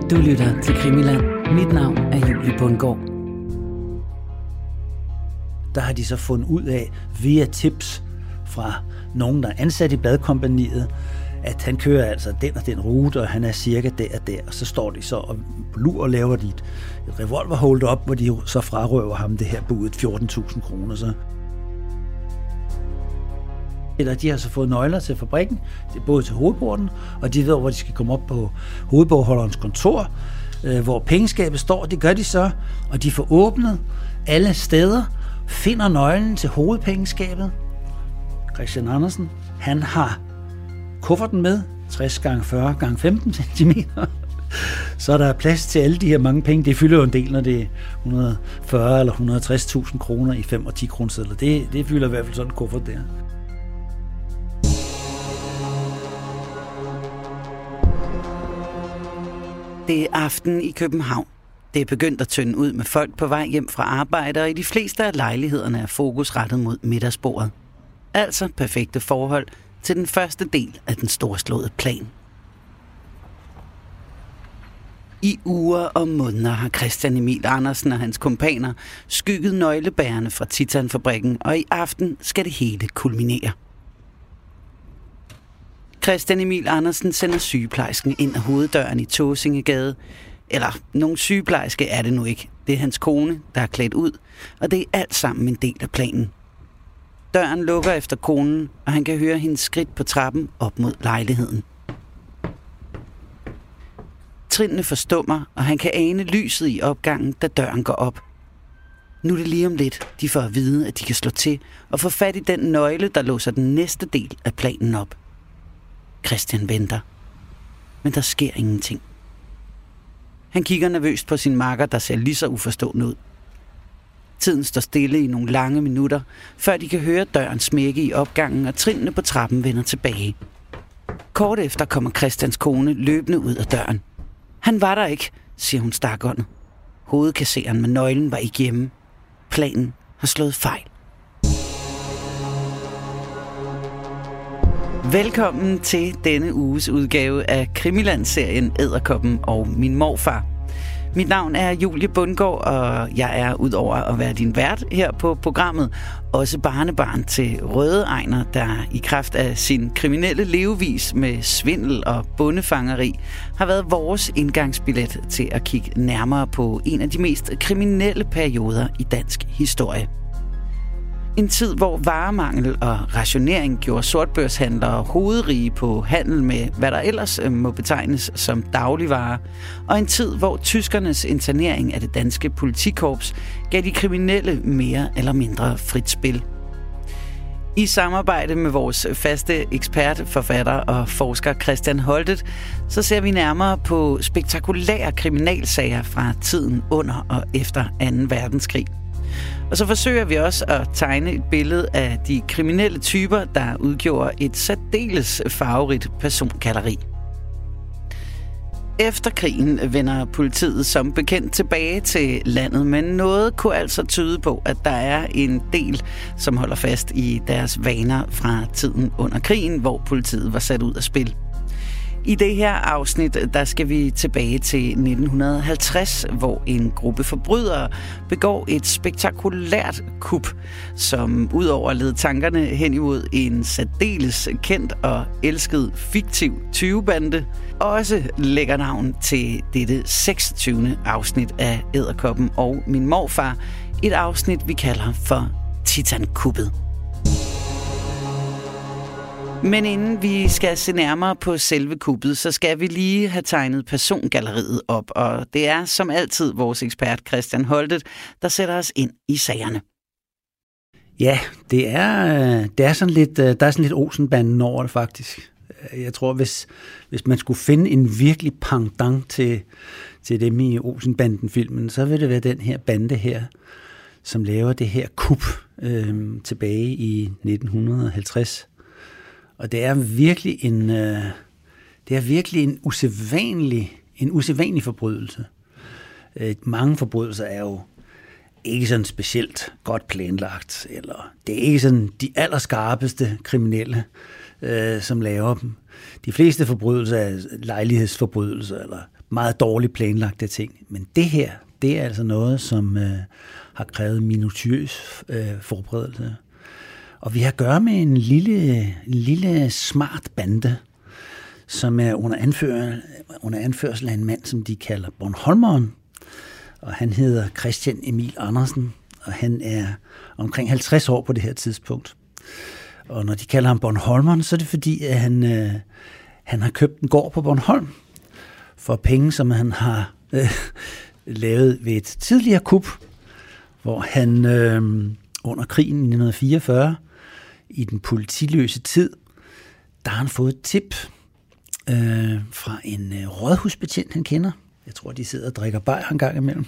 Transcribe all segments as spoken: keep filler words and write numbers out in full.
Du lytter til Krimiland. Mit navn er Julie Bundgaard. Der har de så fundet ud af, via tips fra nogen, der er ansat i Bladkompagniet, at han kører altså den og den rute, og han er cirka der og der. Og så står de så og lurer og laver de et, et revolverhold op, hvor de så frarøver ham det her budet fjorten tusind kroner. Så. Eller de har så fået nøgler til fabrikken, både til hovedporten, og de ved, hvor de skal komme op på hovedbogholderens kontor, hvor pengeskabet står. Det gør de så, og de får åbnet alle steder, finder nøglen til hovedpengeskabet. Christian Andersen, han har kufferten med, tres gange fyrre gange femten centimeter. Så der er plads til alle de her mange penge. Det fylder jo en del, når det er et hundrede og fyrre eller et hundrede og tres tusind kroner i fem og ti kronesedler. Det, det fylder i hvert fald sådan en kuffert der. Det er aften i København. Det er begyndt at tynde ud med folk på vej hjem fra arbejde, og i de fleste af lejlighederne er fokus rettet mod middagsbordet. Altså perfekte forhold til den første del af den storslåede plan. I uger og måneder har Christian Emil Andersen og hans kumpaner skygget nøglebærerne fra Titanfabrikken, og i aften skal det hele kulminere. Christian Emil Andersen sender sygeplejersken ind ad hoveddøren i Tåsingegade. Eller, nogen sygeplejerske er det nu ikke. Det er hans kone, der er klædt ud, og det er alt sammen en del af planen. Døren lukker efter konen, og han kan høre hendes skridt på trappen op mod lejligheden. Trinene forstummer, og han kan ane lyset i opgangen, da døren går op. Nu er det lige om lidt, de får at vide, at de kan slå til og få fat i den nøgle, der låser den næste del af planen op. Christian venter, men der sker ingenting. Han kigger nervøst på sin makker, der ser lige så uforstående ud. Tiden står stille i nogle lange minutter, før de kan høre døren smække i opgangen, og trinene på trappen vender tilbage. Kort efter kommer Christians kone løbende ud af døren. Han var der ikke, siger hun stakåndet. Hovedkasseren med nøglen var ikke hjemme. Planen har slået fejl. Velkommen til denne uges udgave af Krimiland-serien Edderkoppen og min morfar. Mit navn er Julie Bundgaard, og jeg er udover at være din vært her på programmet, også barnebarn til Røde Ejner, der i kraft af sin kriminelle levevis med svindel og bondefangeri har været vores indgangsbillet til at kigge nærmere på en af de mest kriminelle perioder i dansk historie. En tid, hvor varemangel og rationering gjorde sortbørshandlere hovedrige på handel med, hvad der ellers må betegnes som dagligvarer, og en tid, hvor tyskernes internering af det danske politikorps gav de kriminelle mere eller mindre frit spil. I samarbejde med vores faste ekspert, forfatter og forsker Christian Holtet, så ser vi nærmere på spektakulære kriminalsager fra tiden under og efter anden verdenskrig. Og så forsøger vi også at tegne et billede af de kriminelle typer, der udgjorde et særdeles farverigt persongalleri. Efter krigen vender politiet som bekendt tilbage til landet, men noget kunne altså tyde på, at der er en del, som holder fast i deres vaner fra tiden under krigen, hvor politiet var sat ud af spil. I det her afsnit, der skal vi tilbage til nitten halvtreds, hvor en gruppe forbrydere begår et spektakulært kup, som udover at lede tankerne hen imod en særdeles kendt og elsket fiktiv tyvebande, også lægger navn til dette seksogtyvende afsnit af Edderkoppen og min morfar, et afsnit vi kalder for Titankuppet. Men inden vi skal se nærmere på selve kuppet, så skal vi lige have tegnet persongalleriet op, og det er som altid vores ekspert Christian Holtet, der sætter os ind i sagerne. Ja, det er, det er sådan lidt, der er sådan lidt Olsenbanden over det faktisk. Jeg tror, hvis, hvis man skulle finde en virkelig pendant til, til dem i Olsenbanden-filmen, så vil det være den her bande her, som laver det her kup øh, tilbage i nitten halvtreds. Og det er virkelig en, øh, det er virkelig en usædvanlig, en usædvanlig forbrydelse. Øh, mange forbrydelser er jo ikke sådan specielt godt planlagt, eller det er ikke sådan de allerskarpeste kriminelle, øh, som laver dem. De fleste forbrydelser er lejlighedsforbrydelser, eller meget dårligt planlagte ting. Men det her, det er altså noget, som øh, har krævet minutiøs øh, forberedelse. Og vi har at gøre med en lille, en lille smart bande, som er under, anfører, under anførsel af en mand, som de kalder Bornholmeren. Og han hedder Christian Emil Andersen, og han er omkring halvtreds år på det her tidspunkt. Og når de kalder ham Bornholmeren, så er det fordi, at han, øh, han har købt en gård på Bornholm for penge, som han har øh, lavet ved et tidligere kup, hvor han øh, under krigen i nitten fireogfyrre, i den politiløse tid, der har han fået et tip øh, fra en øh, rådhusbetjent, han kender. Jeg tror, de sidder og drikker bajer en gang imellem.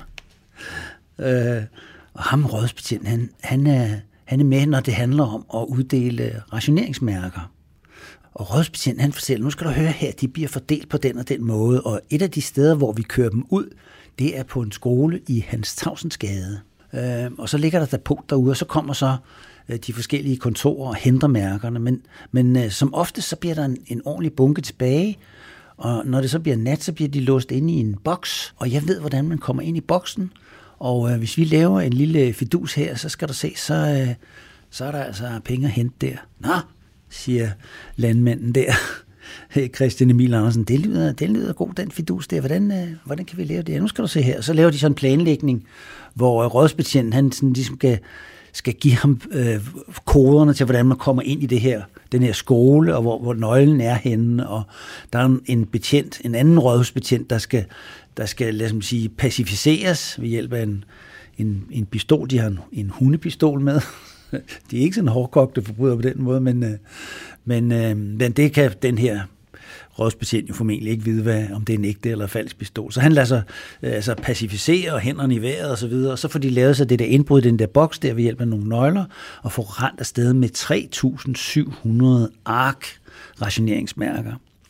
Øh, og ham rådhusbetjent, han, han, er, han er med, når det handler om at uddele rationeringsmærker. Og rådhusbetjenten, han fortæller, nu skal du høre her, de bliver fordelt på den og den måde, og et af de steder, hvor vi kører dem ud, det er på en skole i Hans Tavsensgade. Øh, og så ligger der der punkt derude, og så kommer så øh, de forskellige kontorer og henter mærkerne, men, men øh, som ofte, så bliver der en, en ordentlig bunke tilbage, og når det så bliver nat, så bliver de låst inde i en boks, og jeg ved, hvordan man kommer ind i boksen, og øh, hvis vi laver en lille fidus her, så skal du se, så, øh, så er der altså penge at hente der. Nå, siger landmanden der, Christian Emil Andersen, det lyder, det lyder god, den fidus der, hvordan, øh, hvordan kan vi lave det? Nu skal du se her. Så laver de sådan en planlægning, hvor øh, rådsbetjenten, han sådan, ligesom skal, skal give ham øh, koderne til, hvordan man kommer ind i det her, den her skole, og hvor, hvor nøglen er henne, og der er en betjent, en anden rådhusbetjent, der skal, der skal lad os sige, pacificeres ved hjælp af en, en, en pistol. De har en, en hundepistol med. De er ikke sådan hårdkogte forbrydere på den måde, men, men, men det kan den her rådsbetjent jo formentlig ikke vide, hvad, om det er en ægte eller falsk pistol. Så han lader sig altså pacificere og hænderne i vejret og så videre, og så får de lavet sig det der indbrud i den der boks der ved hjælp af nogle nøgler, og får rendt afsted med tre tusind syv hundrede ark rationeringsmærker.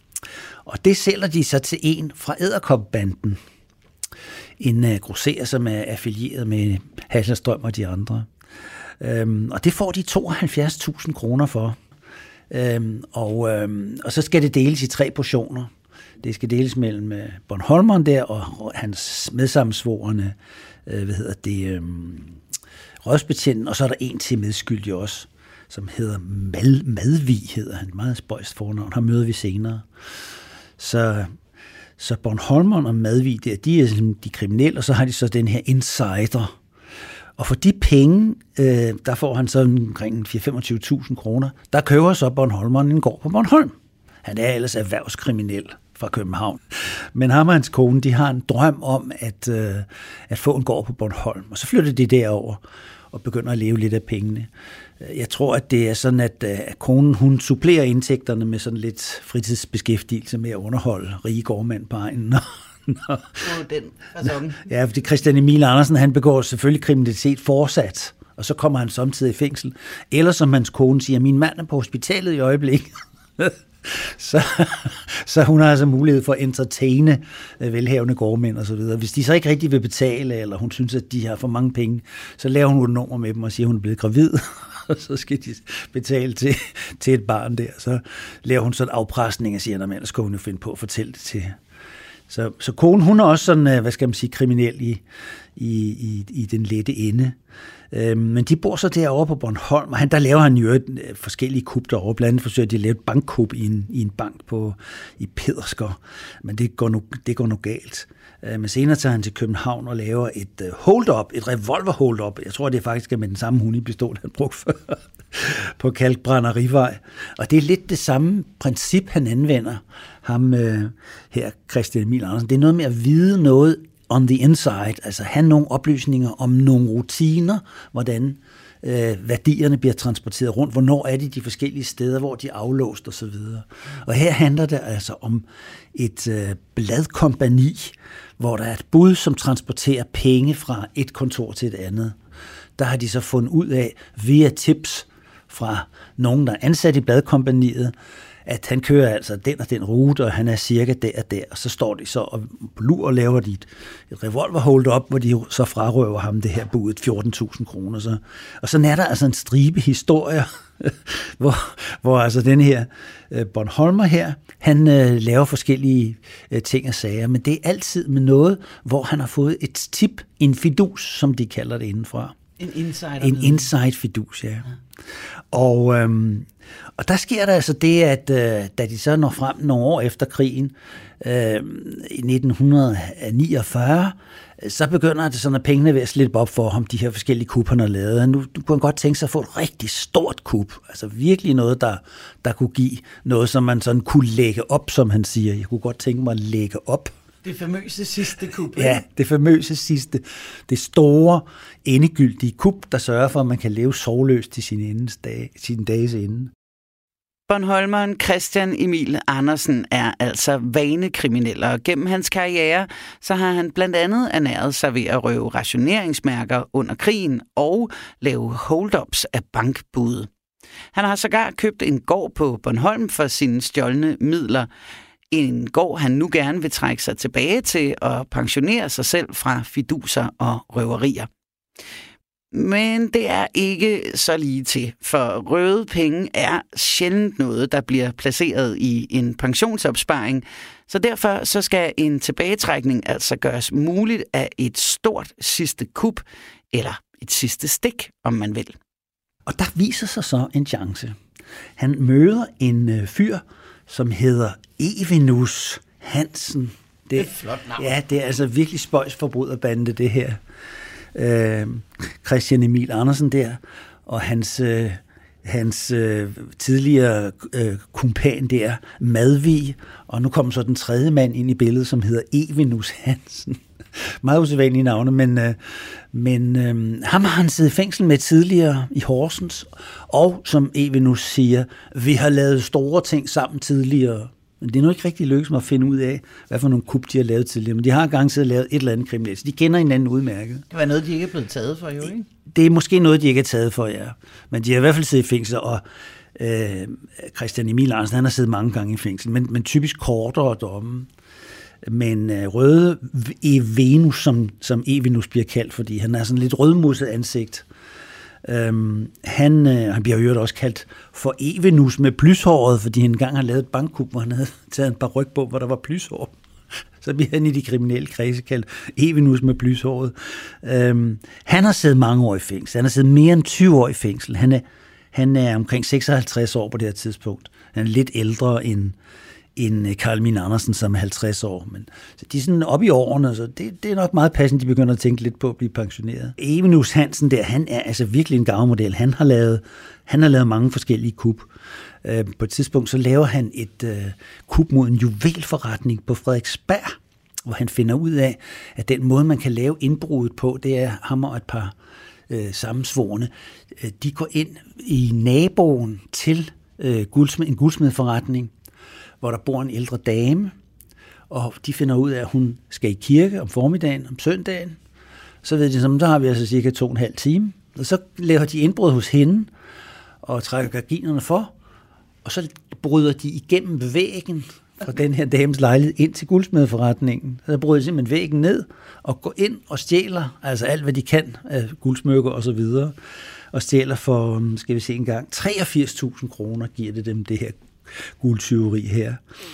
Og det sælger de så til en fra Edderkop-banden, en uh, grosserer, som er affilieret med Hasselstrøm og de andre. Øhm, og det får de tooghalvfjerds tusind kroner for. Øhm, og, øhm, og så skal det deles i tre portioner. Det skal deles mellem øh, Bornholmeren der og, og hans medsammensvorene, øh, hvad hedder det, øh, rådsbetjenten, og så er der en til medskyldig også, som hedder Mal, Madvig, hedder han, meget spøjst fornavn, ham møder vi senere. Så, så Bornholmeren og Madvig der, de er de kriminelle, og så har de så den her insider. Og for de penge, øh, der får han så omkring fire til femogtyve tusind kroner, der køber så Bornholmeren en gård på Bornholm. Han er ellers erhvervskriminel fra København. Men ham og hans kone, de har en drøm om at, øh, at få en gård på Bornholm. Og så flytter de derover og begynder at leve lidt af pengene. Jeg tror, at det er sådan, at, at konen hun supplerer indtægterne med sådan lidt fritidsbeskæftigelse med at underholde rige gårdmænd på egnen. Nå. Den fasong. Ja, fordi Christian Emil Andersen, han begår selvfølgelig kriminalitet fortsat, og så kommer han samtidig i fængsel. Eller som hans kone siger, min mand er på hospitalet i øjeblikket. så, så hun har altså mulighed for at entertaine velhavende gårdmænd og så videre. Hvis de så ikke rigtig vil betale, eller hun synes, at de har for mange penge, så laver hun et nummer med dem og siger, at hun er blevet gravid. Og så skal de betale til, til et barn der. Så laver hun sådan en afpresning og siger, at ellers skal hun jo finde på at fortælle det til. Så, så konen, hun er også sådan, hvad skal man sige, kriminel i, i, i, i den lette ende. Øhm, men de bor så derovre på Bornholm, og han, der laver han jo et, forskellige kup derovre. Blandt andet forsøger de at lave et bankkup i en, i en bank på, i Pedersker, men det går nu, det går nu galt. Øh, men senere tager han til København og laver et uh, hold-up, et revolver-hold-up. Jeg tror, det faktisk er med den samme hundepistol, han brugte før på Kalkbrænderivej. Og det er lidt det samme princip, han anvender, ham øh, her, Christian Emil Andersen. Det er noget med at vide noget on the inside, altså have nogle oplysninger om nogle rutiner, hvordan øh, værdierne bliver transporteret rundt, hvornår er de de forskellige steder, hvor de er aflåst osv. Og her handler det altså om et øh, bladkompagni, hvor der er et bud, som transporterer penge fra et kontor til et andet. Der har de så fundet ud af, via tips fra nogen, der er ansat i bladkompagniet, at han kører altså den og den rute, og han er cirka der og der, og så står de så og lurer og laver de et, et revolverhold op, hvor de så frarøver ham det her budet fjorten tusind kroner. Så. Og så er der altså en stribe historier, hvor, hvor altså den her øh, Bornholmer her, han øh, laver forskellige øh, ting og sager, men det er altid med noget, hvor han har fået et tip, en fidus, som de kalder det indenfra. En insider. En inside fidus, ja. ja. Og, øhm, og der sker der altså det, at øh, da de så når frem nogle år efter krigen, øh, i nitten niogfyrre, så begynder det sådan, at pengene ved at slippe op for ham, de her forskellige kup, han har lavet. Nu, nu kunne han godt tænke sig at få et rigtig stort kup, altså virkelig noget, der, der kunne give noget, som man sådan kunne lægge op, som han siger. Jeg kunne godt tænke mig at lægge op. Det famøse sidste kup. Ja, det famøse sidste. Det store, endegyldige kup, der sørger for, at man kan leve sorgløst til sin, dag, sin dages ende. Bornholmeren Christian Emil Andersen er altså vanekriminel, og gennem hans karriere så har han blandt andet ernæret sig ved at røve rationeringsmærker under krigen og lave hold-ups af bankbud. Han har sågar købt en gård på Bornholm for sine stjålne midler. En gård, han nu gerne vil trække sig tilbage til og pensionere sig selv fra fiduser og røverier. Men det er ikke så lige til, for røde penge er sjældent noget, der bliver placeret i en pensionsopsparing. Så derfor så skal en tilbagetrækning altså gøres muligt af et stort sidste kup, eller et sidste stik, om man vil. Og der viser sig så en chance. Han møder en fyr, som hedder Evenus Hansen. Det, det er et flot navn. Ja, det er altså virkelig spøjsforbryderbande, det her. Øh, Christian Emil Andersen der, og hans, øh, hans øh, tidligere øh, kumpan der, Madvig, og nu kommer så den tredje mand ind i billedet, som hedder Evenus Hansen. Meget usædvanlige navne, men, øh, men øh, ham har han siddet i fængsel med tidligere i Horsens, og som Evenus siger, vi har lavet store ting sammen tidligere. Men det er nu ikke rigtig lykkes mig at finde ud af, hvad for nogle kup de har lavet tidligere. Men de har garanteret lavet et eller andet kriminelt, så de kender hinanden udmærket. Det var noget, de ikke er blevet taget for, jo ikke? Det er måske noget, de ikke er taget for, ja. Men de har i hvert fald siddet i fængsel, og øh, Christian Emil Andersen, han har siddet mange gange i fængsel, men, men typisk kortere domme. Men øh, røde Evenus, som, som Evenus bliver kaldt, fordi han er sådan lidt rødmusset ansigt. Øhm, han, øh, han bliver jo også kaldt for Evenus med plyshåret, fordi han engang har lavet et bankkup, hvor han havde taget en par ryg på, hvor der var plyshår. Så bliver han i de kriminelle kredse kaldt Evenus med plyshåret. Øhm, han har siddet mange år i fængsel. Han har siddet mere end tyve år i fængsel. Han er, han er omkring seksoghalvtreds år på det her tidspunkt. Han er lidt ældre end end Carl Emil Andersen, som er halvtreds år. Men, så de er sådan oppe i årene, så det, det er nok meget passende, de begynder at tænke lidt på at blive pensioneret. Evenus Hansen der, han er altså virkelig en gavemodel. Han har lavet, han har lavet mange forskellige kup. Øh, på et tidspunkt så laver han et øh, kup mod en juvelforretning på Frederiksberg, hvor han finder ud af, at den måde, man kan lave indbruddet på, det er ham og et par øh, sammensvorne. De går ind i naboen til øh, guldsmed, en guldsmedforretning, hvor der bor en ældre dame, og de finder ud af, at hun skal i kirke om formiddagen, om søndagen. Så ved de, så har vi altså cirka to og en halv time. Og så laver de indbrud hos hende, og trækker gardinerne for, og så bryder de igennem væggen fra den her dames lejlighed ind til guldsmedforretningen. Så bryder de simpelthen væggen ned, og går ind og stjæler, altså alt, hvad de kan af guldsmykker og så videre, og stjæler for, skal vi se en gang, treogfirs tusind kroner giver det dem, det her guldtyveri her.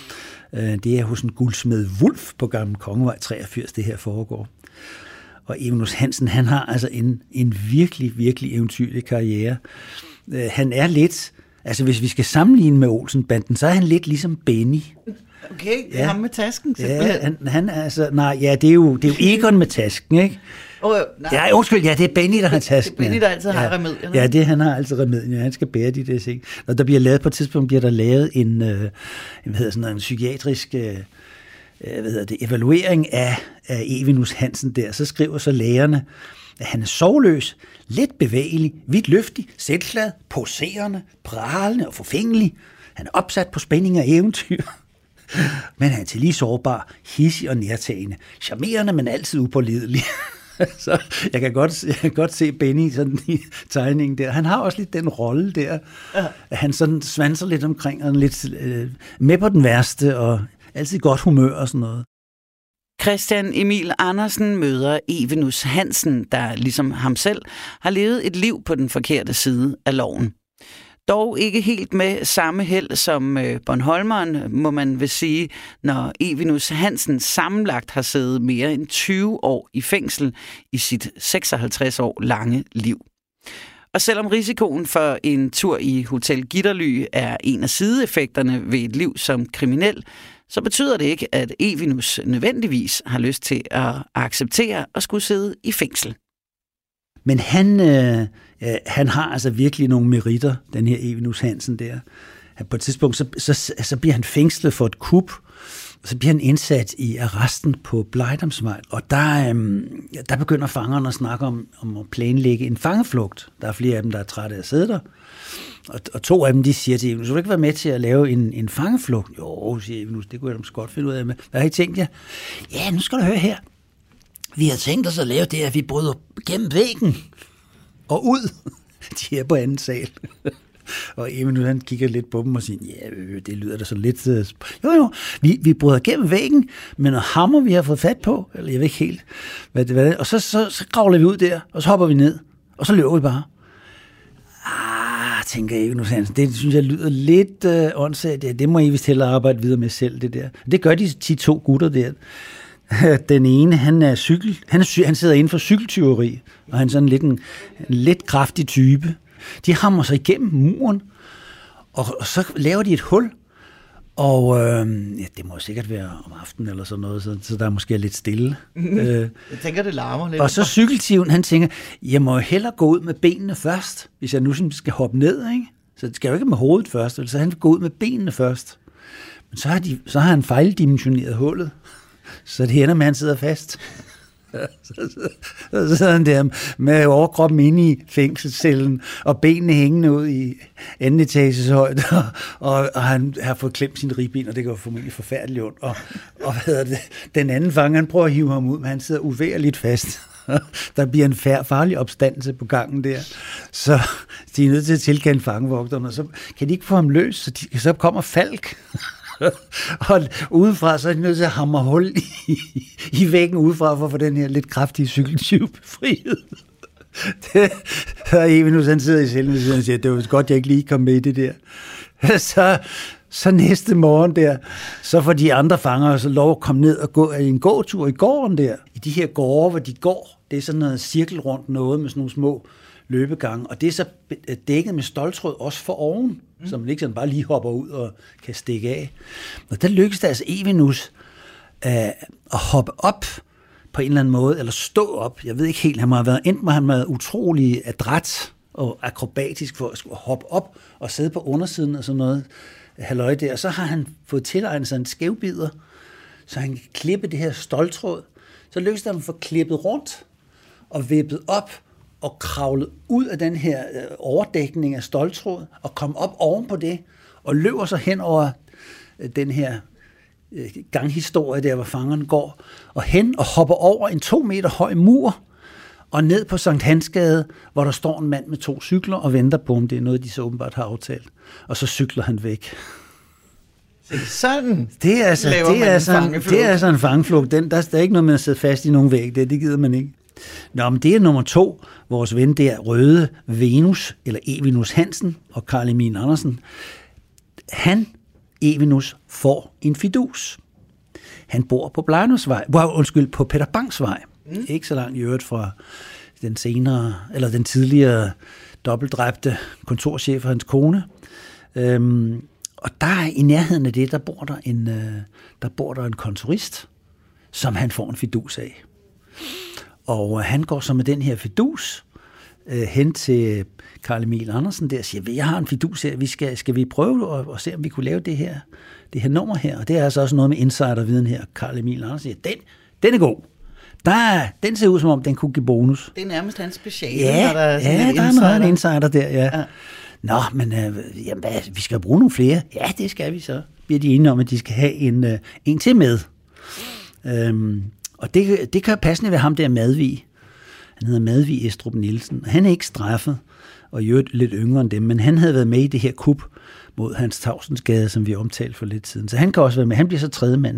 Det er hos en guldsmed Wulf på Gamle Kongevej treogfirs, det her foregår. Og Evenus Hansen, han har altså en, en virkelig, virkelig eventyrlig karriere. Han er lidt, altså hvis vi skal sammenligne med Olsen-banden, så er han lidt ligesom Benny. Okay, det er ja. ham med tasken. Ja, han, han er altså, nej, ja, det er jo, det er jo Egon med tasken, ikke? Oh, nej. Ja, undskyld, ja, det er Benny, der har tasken. Det er Benny, der altid ja. har remedierne. Ja, det han har altid remedierne. Han skal bære de der ting. Når der bliver lavet, på et tidspunkt bliver der lavet en, øh, hvad hedder sådan noget, en psykiatrisk øh, hvad hedder det, evaluering af, af Evenus Hansen der. Så skriver så lægerne, at han er sovløs, let bevægelig, vidt løftig, selvglad, poserende, pralende og forfængelig. Han er opsat på spænding og eventyr. Men han er til lige sårbar, hissig og nærtagende. Charmerende, men altid upålidelig. Så jeg kan, godt, jeg kan godt se Benny sådan i tegningen der. Han har også lidt den rolle der, ja. At han sådan svanser lidt omkring, og er lidt øh, med på den værste, og altid godt humør og sådan noget. Christian Emil Andersen møder Evenus Hansen, der ligesom ham selv har levet et liv på den forkerte side af loven. Dog ikke helt med samme held som øh, Bornholmeren, må man vil sige, når Evenus Hansen sammenlagt har siddet mere end tyve år i fængsel i sit seksoghalvtreds år lange liv. Og selvom risikoen for en tur i Hotel Gitterly er en af sideeffekterne ved et liv som kriminel, så betyder det ikke, at Evenus nødvendigvis har lyst til at acceptere at skulle sidde i fængsel. Men han, øh, han har altså virkelig nogle meritter, den her Evenus Hansen der. På et tidspunkt, så, så, så bliver han fængslet for et kup, og så bliver han indsat i arresten på Blejdomsvej. Og der, øh, der begynder fangerne at snakke om, om at planlægge en fangeflugt. Der er flere af dem, der er trætte af at sidde der. Og, og to af dem, de siger til Evenus, vil du ikke være med til at lave en, en fangeflugt? Jo, siger Evenus, det kunne jeg da godt finde ud af. Hvad har I tænkt jer? Ja, nu skal du høre her. Vi har tænkt os at lave det, at vi bryder gennem væggen og ud. De er på anden sal. Og Evenus, han kigger lidt på dem og siger, ja, det lyder da sådan lidt... Jo, jo, vi, vi bryder gennem væggen, men når hammer, vi har fået fat på, eller jeg ved ikke helt, hvad det er, og så, så, så kravler vi ud der, og så hopper vi ned, og så løber vi bare. Ah, tænker Evenus Hansen, det synes jeg lyder lidt øh, åndssagt. Ja, det må I vist hellere arbejde videre med selv, det der. Det gør de ti to gutter der. Den ene, han er cykel, han, er, han sidder inden for cykeltyveri, og han er sådan lidt en, en lidt kraftig type. De hammer sig igennem muren, og, og så laver de et hul, og øh, ja, det må sikkert være om aftenen eller sådan noget, så, så der er måske lidt stille. Mm. Øh, jeg tænker, det larmer lidt. Og så cykeltyven, han tænker, jeg må hellere gå ud med benene først, hvis jeg nu skal hoppe ned, ikke? Så det skal jo ikke med hovedet først, så han vil gå ud med benene først. Men så har, de, så har han fejldimensioneret hullet. Så det ender med, at han sidder fast. Så, så, så sidder han der med overkroppen inde i fængselscellen, og benene hængende ud i anden etages højde, og, og, og han har fået klemt sin ribben, og det går formentlig forfærdeligt ondt. Og, og hvad hedder det? Den anden fange, han prøver at hive ham ud, men han sidder uværligt fast. Der bliver en fær, farlig opstandelse på gangen der. Så de er nødt til at tilkende fangevogterne, og så kan de ikke få ham løs, så, de, så kommer Falk. Og udefra, så er de nødt til at hamre hul i, i væggen udefra, for at få den her lidt kraftige cykeltyv befriet. Det er Evenus, han sidder i cellen, og siger, det var godt, jeg ikke lige kom med i det der. Så, så næste morgen der, så får de andre fanger så lov at komme ned og gå en gåtur i gården der. I de her gårde, hvor de går, det er sådan noget cirkelrundt noget med sådan nogle små løbegange, og det er så dækket med ståltråd også for oven, mm. så man ikke sådan bare lige hopper ud og kan stikke af. Og der lykkes det altså Evenus øh, at hoppe op på en eller anden måde, eller stå op. Jeg ved ikke helt, han må have været, enten må han have været utrolig adræt og akrobatisk for at skulle hoppe op og sidde på undersiden og sådan noget halløj der, og så har han fået tilegnet sig en skævbider, så han kan klippe det her ståltråd. Så lykkes det ham at få klippet rundt og vippet op og kravlet ud af den her øh, overdækning af ståltråd, og kom op oven på det, og løber så hen over øh, den her øh, ganghistorie, der hvor fangerne går, og hen og hopper over en to meter høj mur, og ned på Sankt Hansgade, hvor der står en mand med to cykler, og venter på ham. Det er noget, de så åbenbart har aftalt. Og så cykler han væk. Sådan det er altså, det er sådan, det er altså en fangeflugt. Den, der, der er ikke noget med at sidde fast i nogen væg. Det, det gider man ikke. Nå, men det er nummer to. Vores ven der, Røde Venus, eller Evenus Hansen og Carl Emil Andersen. Han, Evenus, får en fidus. Han bor på Blejdomsvej, undskyld, på Peter Bangs Vej. Mm. Ikke så langt i øvrigt fra den senere, eller den tidligere dobbeltdræbte kontorchef og hans kone. Øhm, og der i nærheden af det, der bor der en, øh, der bor der en kontorist, som han får en fidus af. Og øh, han går så med den her fidus øh, hen til Carl Emil Andersen der og siger, jeg har en fidus her, vi skal, skal vi prøve at, at se, om vi kunne lave det her, det her nummer her. Og det er altså også noget med insiderviden her. Carl Emil Andersen siger, den, den er god. Der, den ser ud som om, den kunne give bonus. Det er nærmest hans speciale. Ja, der er, ja, der er noget en insider der, ja. ja. Nå, men øh, jamen, hvad, vi skal bruge nogle flere. Ja, det skal vi så. Bliver de enige om, at de skal have en, øh, en til med. Øhm, og det, det kan passende være ham der Madvig, Han hedder Madvig Estrup Nielsen. Han er ikke straffet, og i øvrigt lidt yngre end dem, men han havde været med i det her kup mod Hans Tavsensgade, som vi omtalte for lidt siden. Så han kan også være med. Han bliver så tredje mand.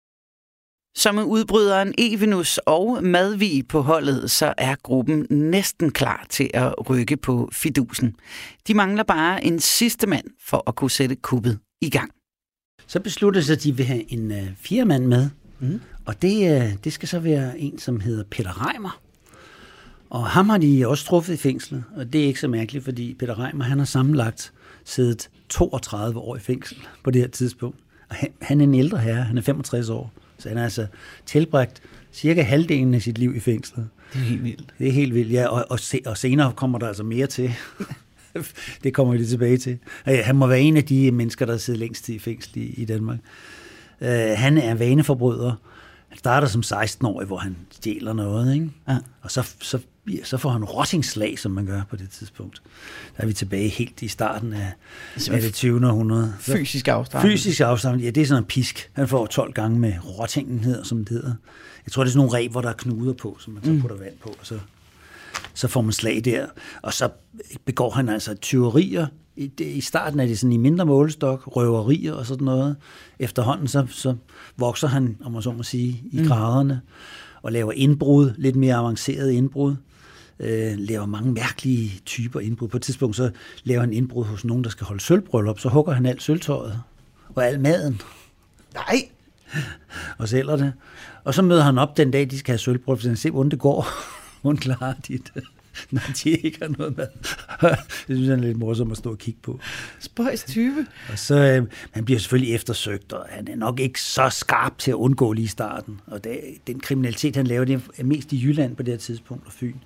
Så med udbryderen Evenus og Madvig på holdet, så er gruppen næsten klar til at rykke på fidusen. De mangler bare en sidste mand for at kunne sætte kuppet i gang. Så beslutter sig, at de vil have en uh, fjerde mand med. Mm. Og det, uh, det skal så være en, som hedder Peter Reimer. Og ham har de også truffet i fængslet. Og det er ikke så mærkeligt, fordi Peter Reimer, han har sammenlagt siddet toogtredive år i fængsel på det her tidspunkt. Og han, han er en ældre herre, han er femogtres år. Så han har altså tilbragt cirka halvdelen af sit liv i fængslet. Det er helt vildt. Det er helt vildt, ja. Og, og, se, og senere kommer der altså mere til. Det kommer vi lige tilbage til. Han må være en af de mennesker, der sidder længst i fængsel i, i Danmark. Uh, han er vaneforbryder. Han starter som seksten-årig, hvor han stjæler noget, ikke? Ja. Og så, så, så får han rottingslag, som man gør på det tidspunkt. Der er vi tilbage helt i starten af, af det tyvende århundrede. Fysisk afstraffelse. Fysisk afstraffelse, ja, det er sådan en pisk. Han får tolv gange med rottingen, hedder, som det hedder. Jeg tror, det er sådan nogle reb, hvor der er knuder på, som man så putter vand på, og så, så får man slag der. Og så begår han altså tyverier. I, I starten er det sådan i mindre målestok, røverier og sådan noget. Efterhånden så, så vokser han, om man så må sige, i graderne, og laver indbrud, lidt mere avanceret indbrud. Øh, laver mange mærkelige typer indbrud. På et tidspunkt så laver han indbrud hos nogen, der skal holde sølvbryllup, så hugger han alt sølvtøjet og al maden. Nej! Og sælger det. Og så møder han op den dag, de skal have sølvbryllup, så han ser, hvordan det går. Hvordan klarer de det, når de ikke har noget mad. Det synes jeg er lidt morsomt at stå og kigge på. Spøjs type. Og så øh, han bliver selvfølgelig eftersøgt, og han er nok ikke så skarp til at undgå lige i starten. Og det, den kriminalitet, han laver, det er mest i Jylland på det her tidspunkt, og Fyn.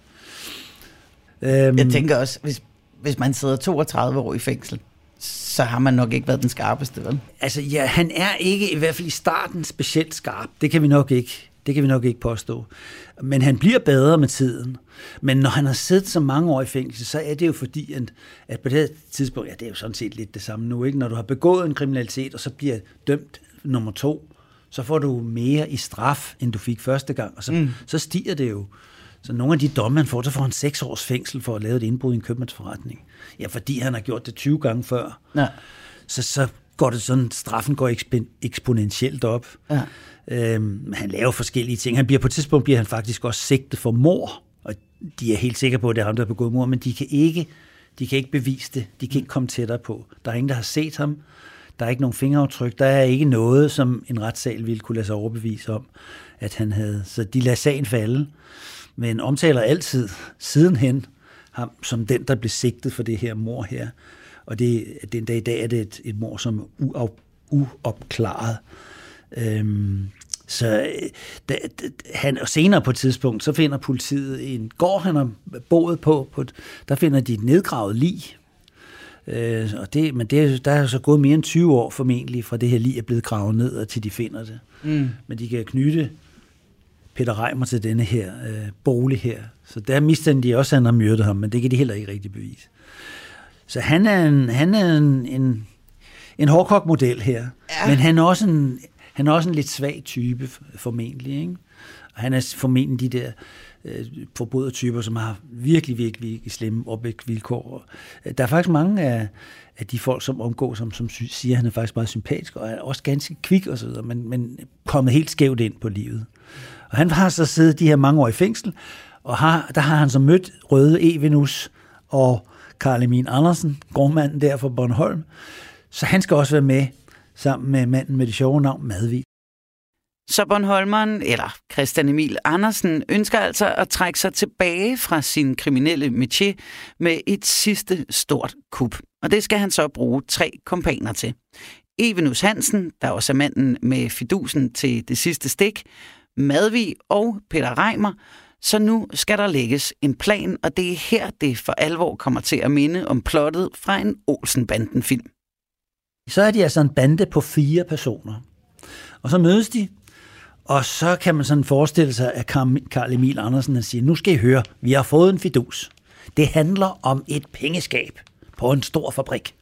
Øhm, Jeg tænker også, hvis, hvis man sidder toogtredive år i fængsel, så har man nok ikke været den skarpeste, vel? Altså, ja, han er ikke, i hvert fald i starten, specielt skarp. Det kan vi nok ikke, det kan vi nok ikke påstå. Men han bliver bedre med tiden. Men når han har siddet så mange år i fængsel, så er det jo fordi, at, at på det tidspunkt, ja, det er jo sådan set lidt det samme nu, ikke? Når du har begået en kriminalitet, og så bliver dømt nummer to, så får du mere i straf, end du fik første gang, og så, mm. så stiger det jo. Så nogle af de domme, han får, så får han seks års fængsel for at lave et indbrud i en købmandsforretning. Ja, fordi han har gjort det tyve gange før. Ja. Så, så går det sådan, straffen går eksponentielt op. Ja. Øhm, han laver forskellige ting. Han bliver, på et tidspunkt bliver han faktisk også sigtet for mord, og de er helt sikre på, at det er ham, der har begået mord, men de kan ikke, de kan ikke bevise det. De kan ikke komme tættere på. Der er ingen, der har set ham. Der er ikke nogen fingeraftryk. Der er ikke noget, som en retssal ville kunne lade sig overbevise om, at han havde. Så de lader sagen falde, men omtaler altid sidenhen ham som den, der blev sigtet for det her mord her. Og det, den dag i dag er det et, et mord, som er uop, uopklaret. Øhm, så da, da, han, og senere på et tidspunkt, så finder politiet en gård, han har boet på, på et, der finder de et nedgravet lig. Øh, og det, men det, der er så gået mere end tyve år formentlig, fra det her lig er blevet gravet ned, og til de finder det. Mm. Men de kan knytte Peter Reimer til denne her øh, bolig her. Så der mistænker de også, at han har myrdet ham, men det kan de heller ikke rigtig bevise. Så han er en, han er en, en, en hårdkogt model her, ja. Men han er også en, han er også en lidt svag type formentlig, ikke? Og han er formentlig de der øh, forbrydertyper, som har virkelig, virkelig slemme opvækstvilkår. Der er faktisk mange af, af de folk, som omgår, som, som siger, at han er faktisk meget sympatisk, og er også ganske kvik og så videre, men, men kommet helt skævt ind på livet. Og han har så siddet de her mange år i fængsel, og har, der har han så mødt Røde Evenus og Carl Emil Andersen, gårdmanden der fra Bornholm. Så han skal også være med, sammen med manden med det sjove navn, Madvig. Så Bornholmeren, eller Christian Emil Andersen, ønsker altså at trække sig tilbage fra sin kriminelle métier med et sidste stort kup. Og det skal han så bruge tre kompaner til. Evenus Hansen, der også er manden med fidusen til det sidste stik, Madvig og Peter Reimer. Så nu skal der lægges en plan, og det er her, det for alvor kommer til at minde om plottet fra en Olsen-banden-film. Så er de altså en bande på fire personer. Og så mødes de, og så kan man sådan forestille sig, at Carl Emil Andersen siger, nu skal I høre, vi har fået en fidus. Det handler om et pengeskab på en stor fabrik.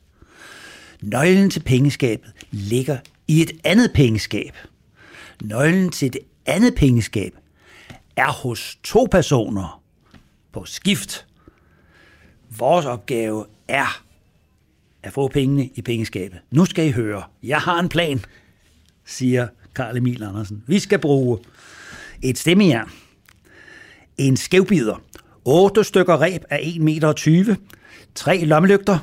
Nøglen til pengeskabet ligger i et andet pengeskab. Nøglen til det andet pengeskab er hos to personer. på skift. Vores opgave er at få pengene i pengeskabet. Nu skal I høre. Jeg har en plan, siger Carl Emil Andersen. Vi skal bruge et stemmejern, en skævbider, otte stykker reb af en meter tyve, tre lommelygter,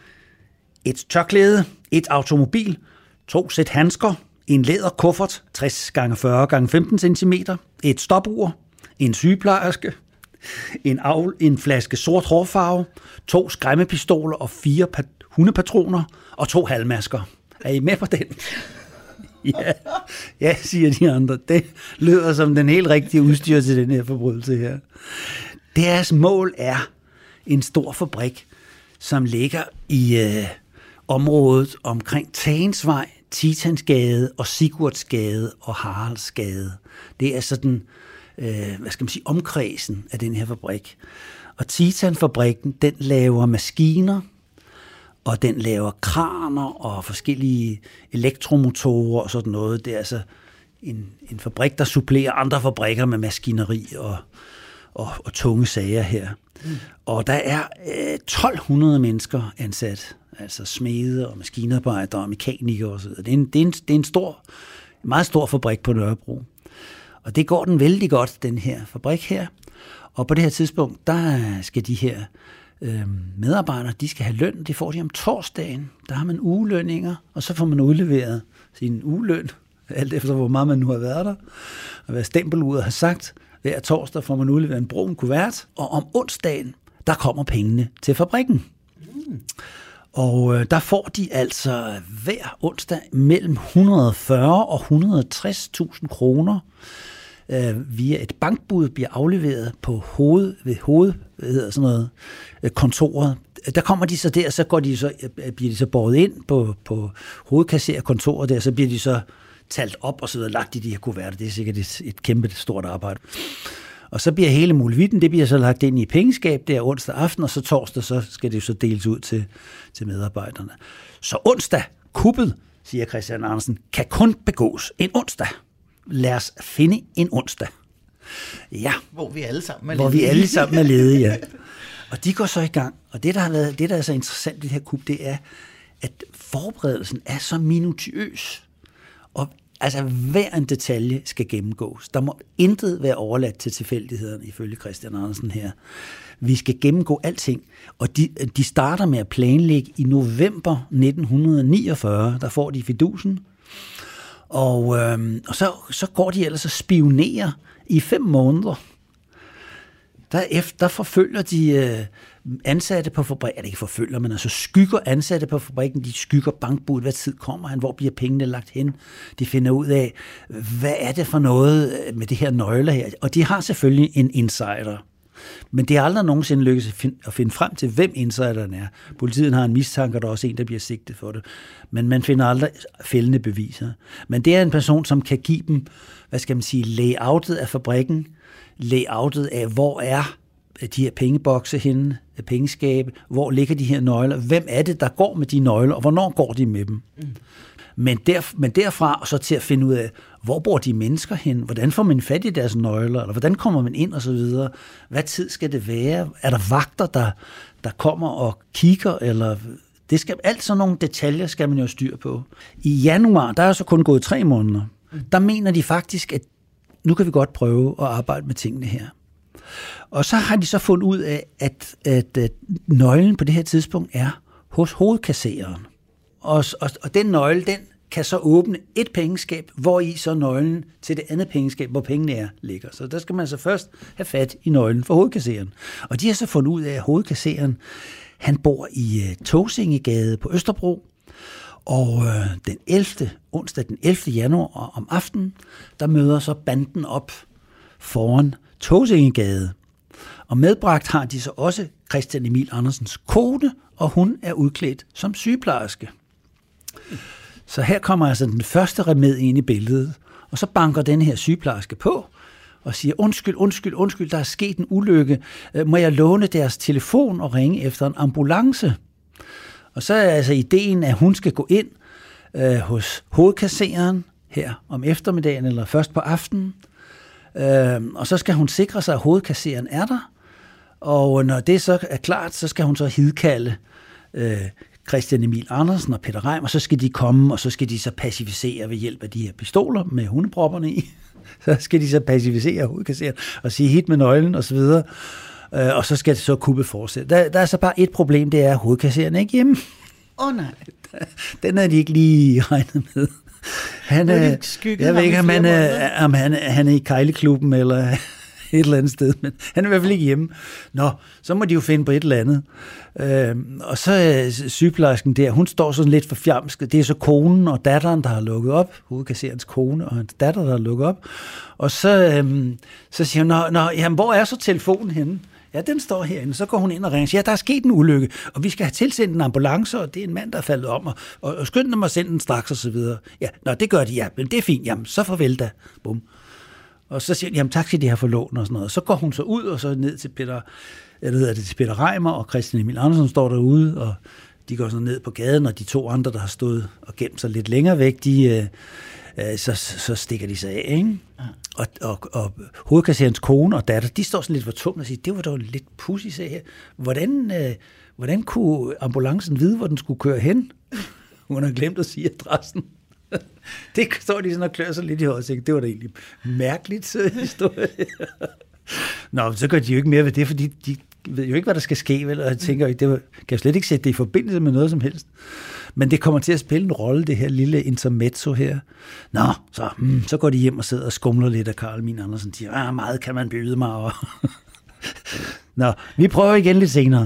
et tørklæde, et automobil, to sæt handsker, en læderkuffert, tres gange fyrre gange femten centimeter, et stopur, en sygeplejerske, en, avl, en flaske sort hårfarve, to skræmmepistoler og fire pat- hundepatroner og to halvmasker. Er I med på den? Ja, ja, siger de andre. Det lyder som den helt rigtige udstyr til den her forbrydelse her. Deres mål er en stor fabrik, som ligger i øh, området omkring Tagensvej, Titansgade og Sigurdsgade og Haraldsgade. Det er sådan, øh, hvad skal man sige, omkredsen af den her fabrik. Og Titan-fabrikken, den laver maskiner, og den laver kraner og forskellige elektromotorer og sådan noget. Det er altså en, en fabrik, der supplerer andre fabrikker med maskineri og, og, og tunge sager her. Mm. Og der er øh, tolv hundrede mennesker ansat, altså smede og maskinarbejdere og mekanikere osv. Det er en, det er en, det er en stor, meget stor fabrik på Nørrebro. Og det går den vældig godt, den her fabrik her. Og på det her tidspunkt, der skal de her øh, medarbejdere, de skal have løn. Det får de om torsdagen. Der har man ugelønninger, og så får man udleveret sin ugeløn, alt efter hvor meget man nu har været der. Og hvad stempeluret har sagt, hver torsdag får man udleveret en brun kuvert, og om onsdagen, der kommer pengene til fabrikken. Mm. Og øh, der får de altså hver onsdag mellem et hundrede og fyrre og et hundrede og tres tusind kroner øh, via et bankbud bliver afleveret på hoved, ved hoved, hvad hedder sådan noget, øh, kontoret. Der kommer de så der, så går de så, øh, bliver de så båret ind på, på hovedkasserkontoret der, så bliver de så talt op og så videre, lagt i de her kuverter. Det er sikkert et, et kæmpe stort arbejde. Og så bliver hele muligheden, det bliver så lagt ind i pengeskab der onsdag aften, og så torsdag, så skal det jo så deles ud til, til medarbejderne. Så onsdag, kuppet, siger Christian Andersen, kan kun begås en onsdag. Lad os finde en onsdag. Ja. Hvor vi alle sammen er ledige. Hvor vi alle sammen er ledige, ja. Og de går så i gang. Og det, der, har været, det, der er så interessant i det her kup, det er, at forberedelsen er så minutiøs. Og altså, hver en detalje skal gennemgås. Der må intet være overladt til tilfældighederne, ifølge Christian Andersen her. Vi skal gennemgå alting, og de, de starter med at planlægge i november nitten niogfyrre. Der får de fidusen, og, øhm, og så, så går de ellers og spionerer i fem måneder. Der, efter, der forfølger de øh, ansatte på fabrikken, eller ikke forfølger, men altså skygger ansatte på fabrikken, de skygger bankbuddet, hvad tid kommer han, hvor bliver pengene lagt hen, de finder ud af, hvad er det for noget med det her nøgler her, og de har selvfølgelig en insider, men det er aldrig nogensinde lykkes at finde, at finde frem til, hvem insideren er. Politiet har en mistanke, og der er også en, der bliver sigtet for det, men man finder aldrig fældende beviser. Men det er en person, som kan give dem, hvad skal man sige, layoutet af fabrikken, layoutet af, hvor er de her pengebokse henne, pengeskabe, hvor ligger de her nøgler, hvem er det, der går med de nøgler, og hvornår går de med dem. Mm. Men, der, men derfra og så til at finde ud af, hvor bor de mennesker hen, hvordan får man fat i deres nøgler, eller hvordan kommer man ind og så videre, hvad tid skal det være, er der vagter, der, der kommer og kigger, eller det skal, alt sådan nogle detaljer skal man jo styr på. I januar, der er så kun gået tre måneder, mm. der mener de faktisk, at nu kan vi godt prøve at arbejde med tingene her. Og så har de så fundet ud af, at, at, at nøglen på det her tidspunkt er hos hovedkassereren. Og, og, og den nøgle, den kan så åbne et pengeskab, hvor i så nøglen til det andet pengeskab, hvor pengene er, ligger. Så der skal man så først have fat i nøglen for hovedkassereren. Og de har så fundet ud af, at hovedkassereren, han bor i uh, Tåsingegade på Østerbro. Og øh, den ellevte onsdag den ellevte januar om aftenen, der møder så banden op foran Tåsingegade. Og medbragt har de så også Christian Emil Andersens kone, og hun er udklædt som sygeplejerske. Så her kommer altså den første remedie ind i billedet, og så banker den her sygeplejerske på og siger, undskyld, undskyld, undskyld, der er sket en ulykke. Må jeg låne deres telefon og ringe efter en ambulance? Og så er altså ideen, at hun skal gå ind øh, hos hovedkassereren her om eftermiddagen eller først på aftenen. Øh, og så skal hun sikre sig, at hovedkassereren er der. Og når det så er klart, så skal hun så hidkalde øh, Christian Emil Andersen og Peter Reimer, og så skal de komme, og så skal de så pacificere ved hjælp af de her pistoler med hundepropperne i. Så skal de så pacificere hovedkasseren og sige hit med nøglen og så videre. Øh, og så skal det så kuppet fortsætte. Der, der er så bare et problem, det er, at hovedkasseren er ikke hjemme. Åh oh, nej. Den havde de ikke lige regnet med. Han er, jeg ved ikke, om han er, om han, han er i Kejleklubben eller et eller andet sted, men han er i hvert fald ikke hjemme. Nå, så må de jo finde på et eller andet. Øhm, og så er sygeplejersken der, hun står sådan lidt for fjamsk. Det er så konen og datteren, der har lukket op. Hovedkasserens kone og hans datter, der har lukket op. Og så, øhm, så siger hun, nå, nå, jamen, hvor er så telefonen henne? Ja, den står herinde. Så går hun ind og ringer og siger, ja, der er sket en ulykke, og vi skal have tilsendt en ambulance, og det er en mand, der er faldet om, og, og skynd dem at sende den straks, og så videre. Ja, nå, det gør de, ja, men det er fint. Jamen, så farvel da. Bum. Og så siger hun, jamen tak skal de have for lån og sådan noget. Så går hun så ud, og så ned til Peter, eller hedder det til Peter Reimer, og Christian Emil Andersen står derude, og de går så ned på gaden, og de to andre, der har stået og gemt sig lidt længere væk, de, øh, så, så stikker de sig af, ikke? Ja. Og, og, og hovedkasserens kone og datter, de står sådan lidt for tungt og siger, det var dog en lidt pudsig sag her. Hvordan, øh, hvordan kunne ambulancen vide, hvor den skulle køre hen? Hun har glemt at sige adressen. Det står de sådan og klør sig lidt i håret. Det var da egentlig mærkeligt historie. Nå, så gør de jo ikke mere ved det, fordi de ved jo ikke, hvad der skal ske, vel? Og jeg tænker, det var, kan jeg slet ikke sætte det i forbindelse med noget som helst. Men det kommer til at spille en rolle, det her lille intermezzo her. Nå, så, hmm, så går de hjem og sidder og skumler lidt af Carl Emil Andersen og siger, ah, meget kan man byde mig. Og Nå, vi prøver igen lidt senere.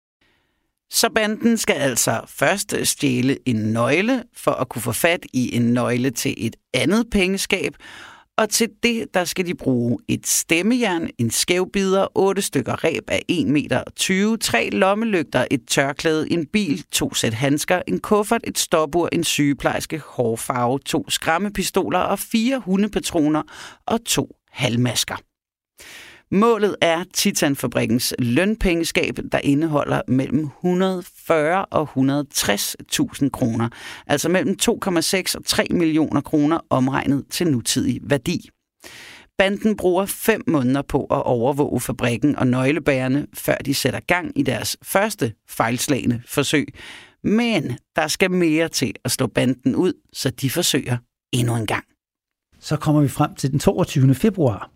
Så banden skal altså først stjæle en nøgle for at kunne få fat i en nøgle til et andet pengeskab, og til det, der skal de bruge et stemmejern, en skævbider, otte stykker reb af en meter tyve, tre lommelygter, et tørklæde, en bil, to sæt handsker, en kuffert, et stopur, en sygeplejerske, hårfarve, to skræmmepistoler og fire hundepatroner og to halvmasker. Målet er Titanfabrikkens lønpengeskab, der indeholder mellem et hundrede og fyrre og et hundrede og tres tusind kroner, altså mellem to komma seks og tre millioner kroner omregnet til nutidig værdi. Banden bruger fem måneder på at overvåge fabrikken og nøglebærerne, før de sætter gang i deres første fejlslagne forsøg. Men der skal mere til at slå banden ud, så de forsøger endnu en gang. Så kommer vi frem til den toogtyvende februar.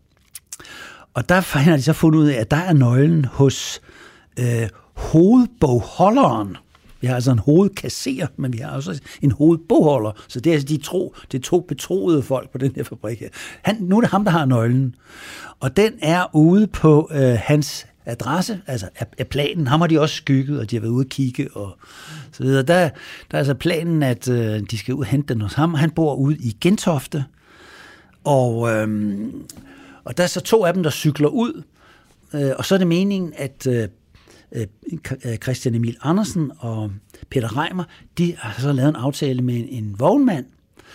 Og der har de så fundet ud af, at der er nøglen hos øh, hovedbogholderen. Vi har altså en hovedkasser, men vi har også en hovedbogholder. Så det er altså de to, det er to betroede folk på den her fabrik her. Han, nu er det ham, der har nøglen. Og den er ude på øh, hans adresse, altså af planen. Ham har de også skygget, og de har været ude at kigge og så videre. Der, der er altså planen, at øh, de skal ud og hente den hos ham. Han bor ude i Gentofte. Og... Øh, Og der er så to af dem, der cykler ud, øh, og så er det meningen, at øh, øh, Christian Emil Andersen og Peter Reimer, de har så lavet en aftale med en, en vognmand,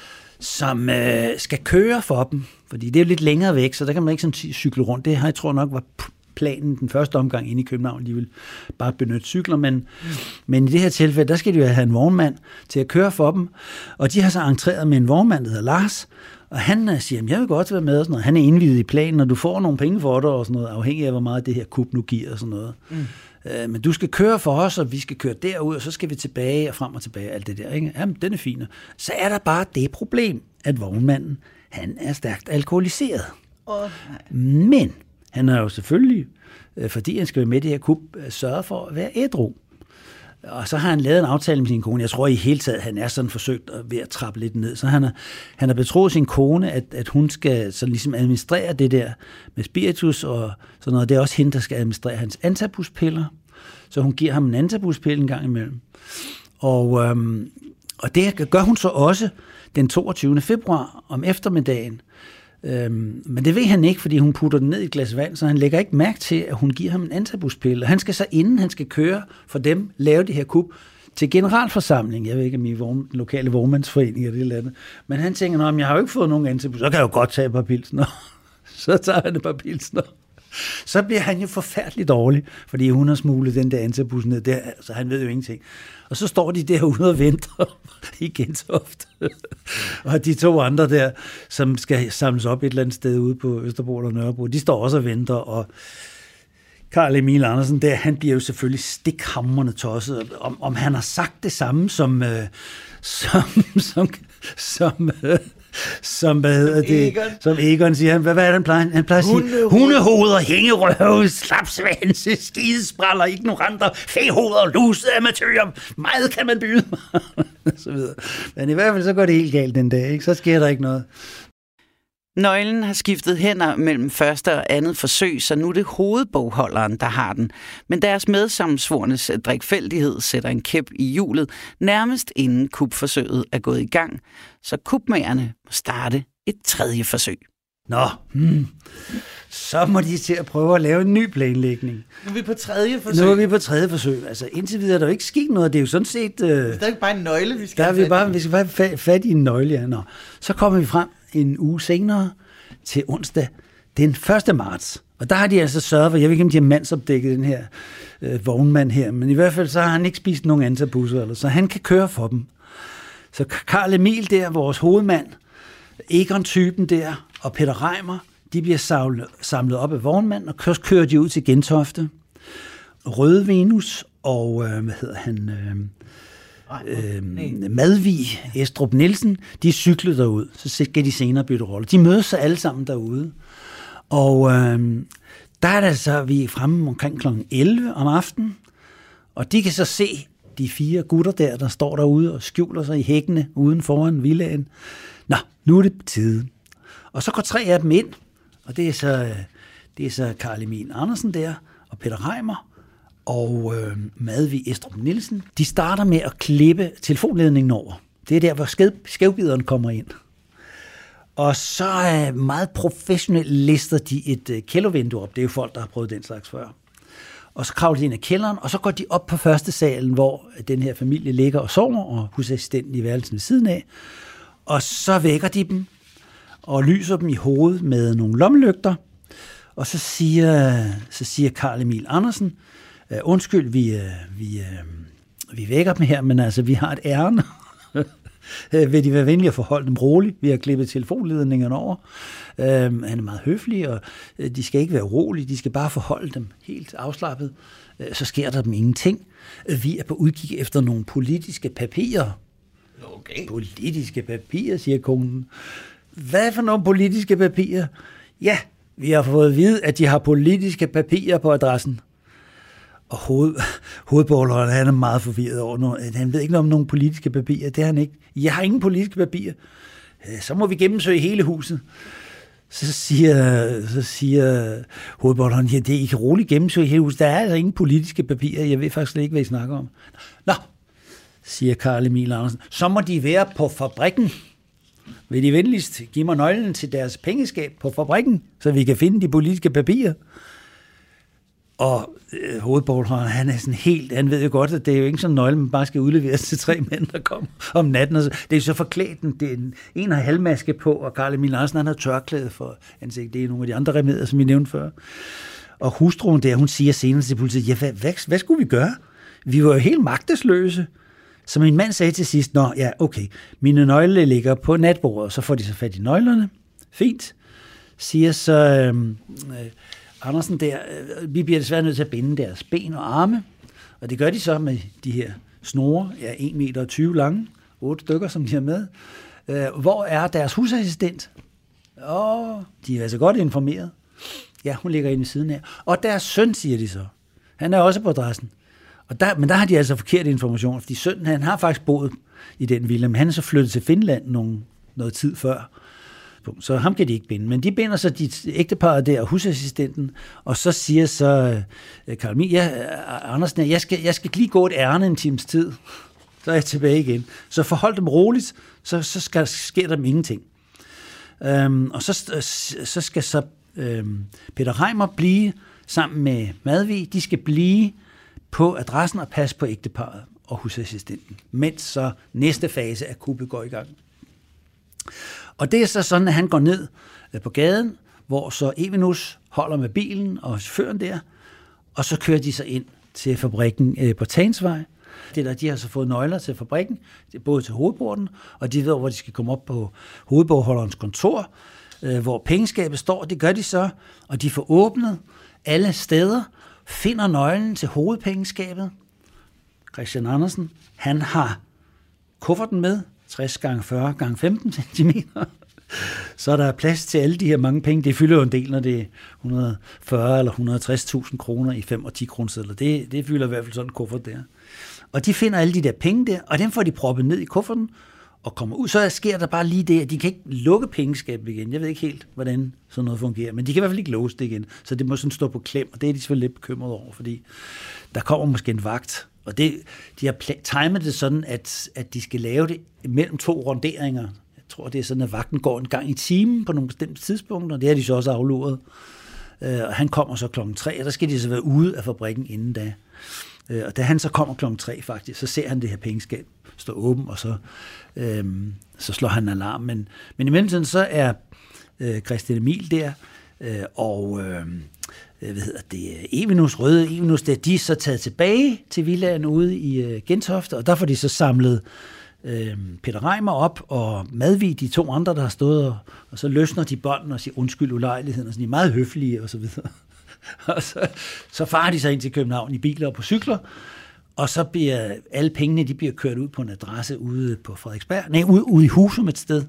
som øh, skal køre for dem, fordi det er jo lidt længere væk, så der kan man ikke sådan cykle rundt. Det har jeg tror nok var planen den første omgang inde i København, de vil bare benytte cykler, men, mm. men i det her tilfælde, der skal de jo have en vognmand til at køre for dem, og de har så entreret med en vognmand, der hedder Lars, og han siger, jeg vil godt være med, og sådan noget. Han er indvidet i planen, og du får nogle penge for det, og sådan noget, afhængig af, hvor meget det her kup nu giver, og sådan noget. Mm. Øh, men du skal køre for os, og vi skal køre derud, og så skal vi tilbage, og frem og tilbage, alt det der. Ikke? Jamen, den er fin. Så er der bare det problem, at vognmanden, han er stærkt alkoholiseret. Oh, men han er jo selvfølgelig, fordi han skal være med i det her kup, sørget for at være ædru. Og så har han lavet en aftale med sin kone. Jeg tror i hele taget, han er sådan forsøgt ved at trappe lidt ned. Så han har, han har betroet sin kone, at, at hun skal sådan ligesom administrere det der med spiritus og sådan noget. Det er også hende, der skal administrere hans antabuspiller. Så hun giver ham en antabuspille en gang imellem. Og, øhm, og det gør hun så også den toogtyvende februar om eftermiddagen. Øhm, men det ved han ikke, fordi hun putter den ned i et glas vand, så han lægger ikke mærke til, at hun giver ham en antabuspille. Han skal så, inden han skal køre for dem, lave det her kup til generalforsamling. Jeg ved ikke, om I er vogn, lokale vognmandsforening eller det eller andet. Men han tænker, at jeg har jo ikke fået nogen antabus, så kan jeg jo godt tage et par pilsner. Så tager han et par pilsner. Så bliver han jo forfærdeligt dårlig, fordi hun har smuglet den der antabus ned der, så han ved jo ingenting. Og så står de derude og venter i Gentofte. Og de to andre der, som skal samles op et eller andet sted ude på Østerbro eller Nørrebro, de står også og venter, og Carl Emil Andersen, der, han bliver jo selvfølgelig stikhamrende tosset, om, om han har sagt det samme som, øh, som, som, som, øh, som, hvad hedder det, Egon. Som Egon siger. Hvad, hvad er det, han plejer? Han plejer at sige, hundehoveder, hængerøve, slapsvanse, skidespraller, ignoranter, fehoveder, lusede amatører, meget kan man byde mig. Så videre. Men i hvert fald så går det helt galt den dag, ikke? Så sker der ikke noget. Nøglen har skiftet hænder mellem første og andet forsøg, så nu er det hovedbogholderen, der har den. Men deres medsammensvornes drikfældighed sætter en kæp i hjulet, nærmest inden kupforsøget er gået i gang. Så kupmagerne må starte et tredje forsøg. Nå, hmm. så må de til at prøve at lave en ny planlægning. Nu er vi på tredje forsøg. Nu er vi på tredje forsøg. Altså indtil videre er der jo ikke sket noget. Det er jo sådan set... Øh, det er ikke bare en nøgle, vi skal der have vi bare, vi skal bare have fat i en nøgle. Ja. Nå. Så kommer vi frem en uge senere til onsdag den første marts. Og der har de altså sørget for, jeg ved ikke, om de har mandsopdækket den her øh, vognmand her, men i hvert fald så har han ikke spist nogen antabusser, eller, så han kan køre for dem. Så Carl Emil der, vores hovedmand, Egon-typen der, og Peter Reimer, de bliver samlet, samlet op af vognmanden, og kører, kører de ud til Gentofte. Røde Venus og, øh, hvad hedder han... Øh, Øh, Madvig, Estrup Nielsen, de cyklede derud, så skal de senere bytte rolle. De mødes så alle sammen derude, og øh, der er der så, vi er fremme omkring klokken elleve om aftenen, og de kan så se de fire gutter der, der står derude og skjuler sig i hækkene uden foran villaen. Nå, nu er det på tide. Og så går tre af dem ind, og det er så, det er så Carl Emil Andersen der, og Peter Reimer, og øh, Madvig Estrup Nielsen, de starter med at klippe telefonledningen over. Det er der, hvor skæv, skævbideren kommer ind. Og så øh, meget professionelt lister de et øh, kældervindue op. Det er jo folk, der har prøvet den slags før. Og så kravler de ind i kælderen, og så går de op på første salen, hvor den her familie ligger og sover, og husassistenten i værelsen ved siden af. Og så vækker de dem, og lyser dem i hovedet med nogle lommelygter. Og så siger, så siger Carl Emil Andersen, Uh, undskyld, vi, uh, vi, uh, vi vækker dem her, men altså, vi har et ærne. Vil de være venlige at forholde dem roligt? Vi har klippet telefonledningerne over. Uh, han er meget høflig, og uh, de skal ikke være urolige. De skal bare forholde dem helt afslappet. Uh, så sker der dem ingenting. Uh, vi er på udkig efter nogle politiske papirer. Okay. Politiske papirer, siger konen. Hvad for nogle politiske papirer? Ja, vi har fået at vide, at de har politiske papirer på adressen. Og hoved, hovedborgeren, han er meget forvirret over noget. Han ved ikke noget om nogle politiske papirer. Det er han ikke. Jeg har ingen politiske papirer. Så må vi gennemsøge hele huset. Så siger, så siger hovedborgeren, ja, det er ikke roligt gennemsøge hele huset. Der er altså ingen politiske papirer. Jeg ved faktisk ikke, hvad I snakker om. Nå, siger Carl Emil Andersen. Så må de være på fabrikken. Vil de venligst give mig nøglen til deres pengeskab på fabrikken, så vi kan finde de politiske papirer? Og øh, hovedborgeren, han er sådan helt, han ved jo godt, at det er jo ikke sådan en nøgle, man bare skal udleveres til tre mænd, der kommer om natten. Og så, det er så forklædt, det er en, en har halvmaske på, og Carl Emil Andersen, han har tørklæde for ansigt. Det er nogle af de andre remedier, som vi nævnte før. Og hustruen der, hun siger senere til politiet, ja, hvad, hvad, hvad skulle vi gøre? Vi var jo helt magtesløse. Så min mand sagde til sidst, nå, ja, okay, mine nøgler ligger på natbordet, så får de så fat i nøglerne. Fint. Siger så... Øh, øh, Andersen der, vi bliver desværre nødt til at binde deres ben og arme, og det gør de så med de her snore, ja, en meter og tyve lange, otte stykker, som de har med. Hvor er deres husassistent? Åh, de er altså godt informeret. Ja, hun ligger inde i siden af. Og deres søn, siger de så. Han er også på adressen. Og der, men der har de altså forkert information, fordi sønnen, han har faktisk boet i den villa, men han er så flyttet til Finland nogle, noget tid før. Så ham kan de ikke binde. Men de binder så de ægteparret der og husassistenten, og så siger så uh, Carl Emil, ja, Andersen, jeg skal, jeg skal lige gå et ærne en times tid. Så er jeg tilbage igen. Så forhold dem roligt, så, så skal, sker der dem ingenting. Um, og så, så skal så um, Peter Reimer blive sammen med Madvig. De skal blive på adressen og passe på ægteparret og husassistenten, mens så næste fase af kuppet går i gang. Og det er så sådan, at han går ned på gaden, hvor så Evenus holder med bilen og chaufføren der, og så kører de så ind til fabrikken på Tansvej. Det der, de har så fået nøgler til fabrikken, både til hovedporten, og de ved, hvor de skal komme op på hovedbogholderens kontor, hvor pengeskabet står. Det gør de så, og de får åbnet alle steder, finder nøglen til hovedpengeskabet. Christian Andersen, han har kufferten med, tres gange fyrre gange femten centimeter. Så der er plads til alle de her mange penge. Det fylder jo en del, når det er et hundrede og fyrre eller et hundrede og tres tusind kroner i fem og ti kronesedler. Det, det fylder i hvert fald sådan en kuffert der. Og de finder alle de der penge der, og dem får de proppet ned i kufferten og kommer ud. Så sker der bare lige det, at de kan ikke lukke pengeskabet igen. Jeg ved ikke helt, hvordan sådan noget fungerer, men de kan i hvert fald ikke låse det igen. Så det må sådan stå på klem, og det er de selvfølgelig lidt bekymrede over, fordi der kommer måske en vagt. Og det, de har timet det sådan, at, at de skal lave det mellem to ronderinger. Jeg tror, det er sådan, at vagten går en gang i timen på nogle bestemte tidspunkter, og det har de så også afluret. Og han kommer så klokken tre, og der skal de så være ude af fabrikken inden da. Og da han så kommer klokken tre faktisk, så ser han det her pengeskab stå åben, og så, øhm, så slår han en alarm. Men, men i mellemtiden så er øh, Christian Emil der, øh, og øh, hvad hedder det, Evenus, Røde Evenus, der, de er så taget tilbage til villaen ude i øh, Gentofte, og der får de så samlet øh, Peter Reimer op og Madvig, de to andre, der har stået, og, og så løsner de bånden og siger undskyld ulejligheden, og sådan, de er meget høflige og så videre. Og så, så farer de sig ind til København i biler og på cykler, og så bliver alle pengene, de bliver kørt ud på en adresse ude på Frederiksberg, nej, ude, ude i Husum et sted.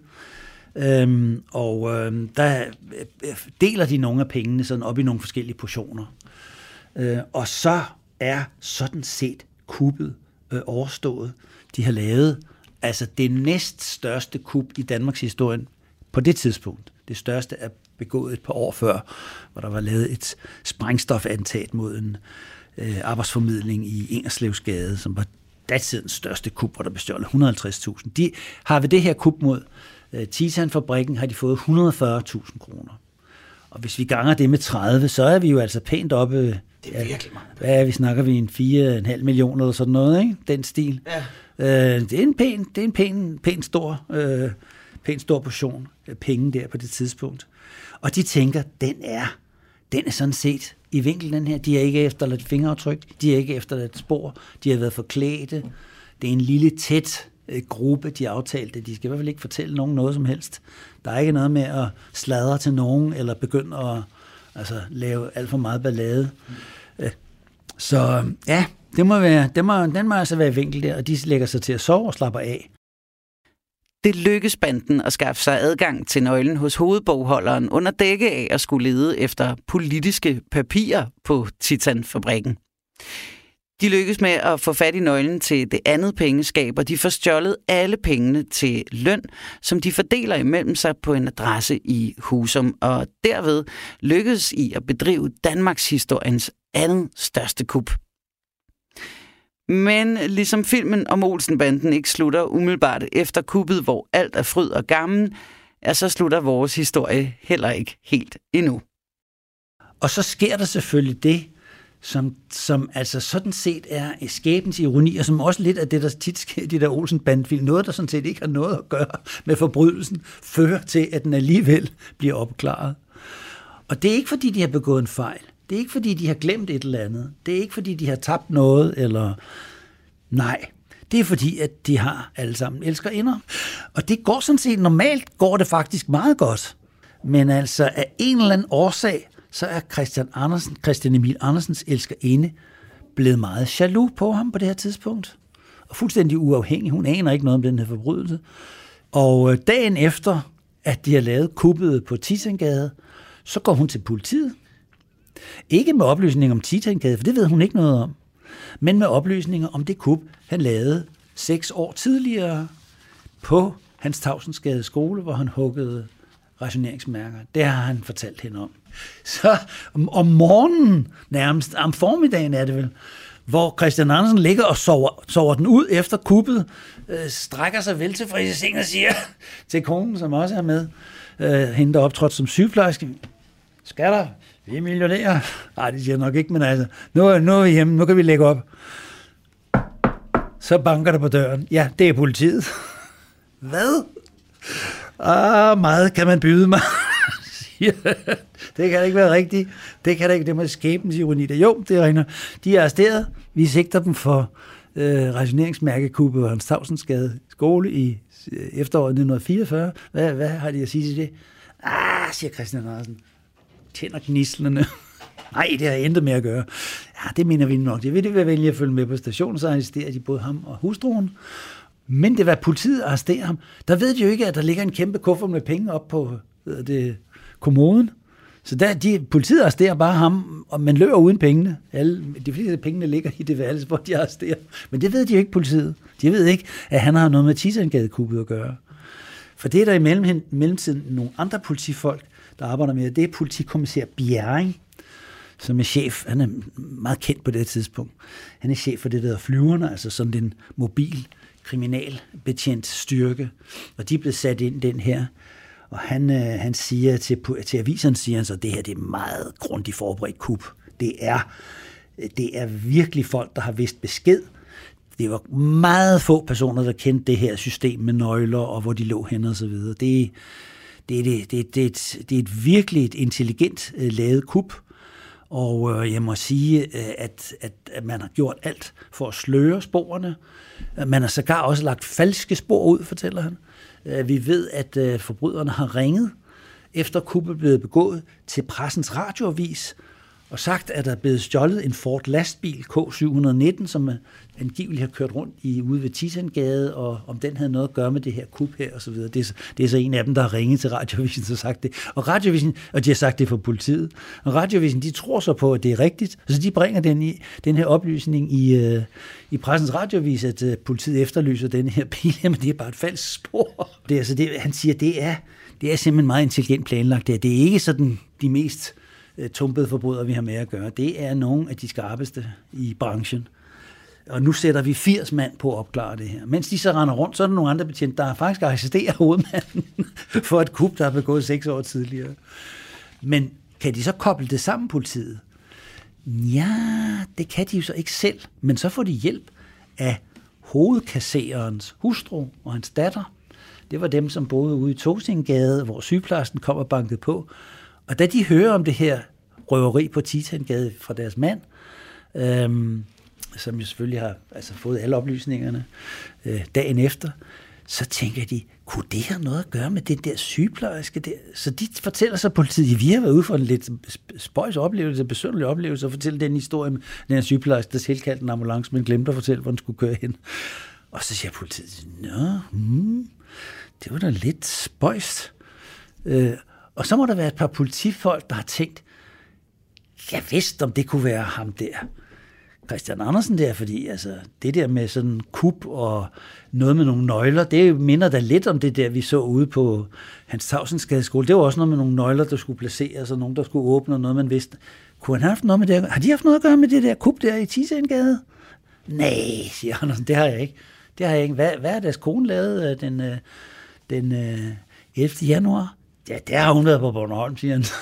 Øhm, og øhm, der deler de nogle af pengene sådan op i nogle forskellige portioner. Øh, og så er sådan set kuppet øh, overstået. De har lavet altså det næststørste kup i Danmarks historie på det tidspunkt. Det største er begået et par år før, hvor der var lavet et sprængstofattentat mod en øh, arbejdsformidling i Ingerslevsgade, som var datidens største kup, hvor der blev stjålet et hundrede og halvtreds tusind. De har ved det her kup mod øh, Titan-fabrikken, har de fået et hundrede og fyrre tusind kroner. Og hvis vi ganger det med tredive, så er vi jo altså pænt oppe. Det er virkelig mange. Hvad er vi? Snakker vi en fire komma fem millioner eller sådan noget, ikke? Den stil. Ja. Øh, det er en pæn, det er en pæn, pæn stor, øh, pæn stor portion penge der på det tidspunkt. Og de tænker, den er, den er sådan set i vinkel, den her. De har ikke efterladt fingeraftryk, de har ikke efterladt spor, de har været forklædte. Det er en lille, tæt øh, gruppe, de har aftalt det. De skal i hvert fald ikke fortælle nogen noget som helst. Der er ikke noget med at sladre til nogen, eller begynde at altså, lave alt for meget ballade. Mm. Så ja, det må være, det må, den må altså være i vinkel der, og de lægger sig til at sove og slapper af. Det lykkes banden at skaffe sig adgang til nøglen hos hovedbogholderen under dække af at skulle lede efter politiske papirer på Titan-fabrikken. De lykkes med at få fat i nøglen til det andet pengeskab, og de får stjålet alle pengene til løn, som de fordeler imellem sig på en adresse i Husum, og derved lykkes i at bedrive Danmarks historiens andet største kup. Men ligesom filmen om Olsen-banden ikke slutter umiddelbart efter kuppet, hvor alt er fryd og gammel, ja, så slutter vores historie heller ikke helt endnu. Og så sker der selvfølgelig det, som, som altså sådan set er skæbens ironi, og som også lidt af det, der tit sker i de der Olsen-bandfilm, noget, der sådan set ikke har noget at gøre med forbrydelsen, fører til, at den alligevel bliver opklaret. Og det er ikke, fordi de har begået en fejl. Det er ikke, fordi de har glemt et eller andet. Det er ikke, fordi de har tabt noget, eller nej. Det er, fordi at de har alle sammen elskerinder. Og det går sådan set, normalt går det faktisk meget godt. Men altså af en eller anden årsag, så er Christian Andersen, Christian Emil Andersens elskerinde blevet meget jaloux på ham på det her tidspunkt. Og fuldstændig uafhængig. Hun aner ikke noget om den her forbrydelse. Og dagen efter, at de har lavet kuppet på Titangade, så går hun til politiet. Ikke med oplysninger om Titangade, for det ved hun ikke noget om, men med oplysninger om det kup, han lavede seks år tidligere på Hans Tavsensgade skole, hvor han huggede rationeringsmærker. Det har han fortalt hende om. Så om, om morgenen, nærmest om formiddagen er det vel, hvor Christian Andersen ligger og sover, sover den ud efter kuppet, øh, strækker sig vel tilfreds i seng og siger til konen, som også er med, øh, hende der optrådte som sygeplejerske, skatter, vi er millionærer. Nej, det siger nok ikke, men altså, nu, nu er vi hjemme, nu kan vi lægge op. Så banker der på døren. Ja, det er politiet. Hvad? Ah, meget kan man byde mig. Det kan da ikke være rigtigt. Det kan da ikke, det må skæbens ironi. Jo, det regner. De er arresteret. Vi sigter dem for øh, rationeringsmærkekuppet og Hans Tavsensgade skole i øh, efteråret nitten fireogfyrre. Hvad, hvad har de at sige til det? Ah, siger Christian Andersen. Tænder gnislerne. Nej, det har intet med at gøre. Ja, det mener vi nok. Det vil det være venlige at følge med på stationen, så arresterer de både ham og hustruen. Men det var politiet arresterer ham. Der ved de jo ikke, at der ligger en kæmpe kuffert med penge op på det, kommoden. Så der, de, politiet arresterer bare ham, og man løber uden pengene. Alle, de fleste pengene ligger i det værelse, hvor de arresterer. Men det ved de jo ikke, politiet. De ved ikke, at han har noget med Tisangade-kuppet at gøre. For det er der i mellem, mellemtiden nogle andre politifolk, der arbejder med. Det er politikommissær Bjerring, som er chef. Han er meget kendt på det tidspunkt. Han er chef for det, der hedder Flyverne, altså sådan en mobil kriminalbetjent styrke. Og de er blevet sat ind den her. Og han, øh, han siger til, til aviserne, siger han så, det her det er meget grundigt forberedt kup. Det er, det er virkelig folk, der har vidst besked. Det var meget få personer, der kendte det her system med nøgler, og hvor de lå hen og så videre. Det, det, det, det, det, er et, det er et virkelig et intelligent uh, lavet kup. Og øh, jeg må sige, at, at, at man har gjort alt for at sløre sporene. Man har sågar også lagt falske spor ud, fortæller han. Vi ved, at forbryderne har ringet, efter kuppet blev begået, til Pressens Radioavis, og sagt, at der er blevet stjålet en Ford lastbil K syv nitten, som angiveligt har kørt rundt i ude ved Tisangade, og om den havde noget at gøre med det her kup her, og så videre. Det er, det er så en af dem, der har ringet til Radioavisen og sagt det. Og Radioavisen, og de har sagt det for politiet, og Radioavisen, de tror så på, at det er rigtigt, så de bringer den, i, den her oplysning i, uh, i Pressens Radioavis, at uh, politiet efterlyser den her bil, men det er bare et falsk spor. Det er, altså det, han siger, det er, det er simpelthen meget intelligent planlagt. Det er, det er ikke sådan de mest tumpede forbrydere, vi har med at gøre. Det er nogle af de skarpeste i branchen. Og nu sætter vi firs mand på at opklare det her. Mens de så render rundt, så er der nogle andre betjente, der faktisk arresterer hovedmanden for et kup, der har begået seks år tidligere. Men kan de så koble det sammen, politiet? Ja, det kan de jo så ikke selv. Men så får de hjælp af hovedkassererens hustru og hans datter. Det var dem, som boede ude i Tosingade, hvor sygeplejersken kom og bankede på. Og da de hører om det her røveri på Tisangade fra deres mand, øhm, som jo selvfølgelig har altså, fået alle oplysningerne øh, dagen efter, så tænker de, kunne det have noget at gøre med det der sygeplejerske der? Så de fortæller så politiet, at vi har været ude for en lidt spøjs oplevelse, besøgelig oplevelse, og fortæller den historie med den her sygeplejerske, der tilkaldte en ambulance, men glemte at fortælle, hvor den skulle køre hen. Og så siger politiet, nå, hmm, det var da lidt spøjst. Øh, Og så må der være et par politifolk, der har tænkt, jeg vidste, om det kunne være ham der, Christian Andersen der, fordi altså, det der med sådan kup og noget med nogle nøgler, det minder da lidt om det der, vi så ude på Hans Tavsensgade skole. Det var også noget med nogle nøgler, der skulle placeres, og nogen, der skulle åbne, og noget, man vidste. Kunne han have haft noget med det? Har de haft noget at gøre med det der kup der i Tisangade? Nej, siger Andersen, det har jeg ikke. Det har jeg ikke. Hvad, hvad er deres kone lavet den, den ellevte januar? Ja, der har hun været på Bornholm, siger han.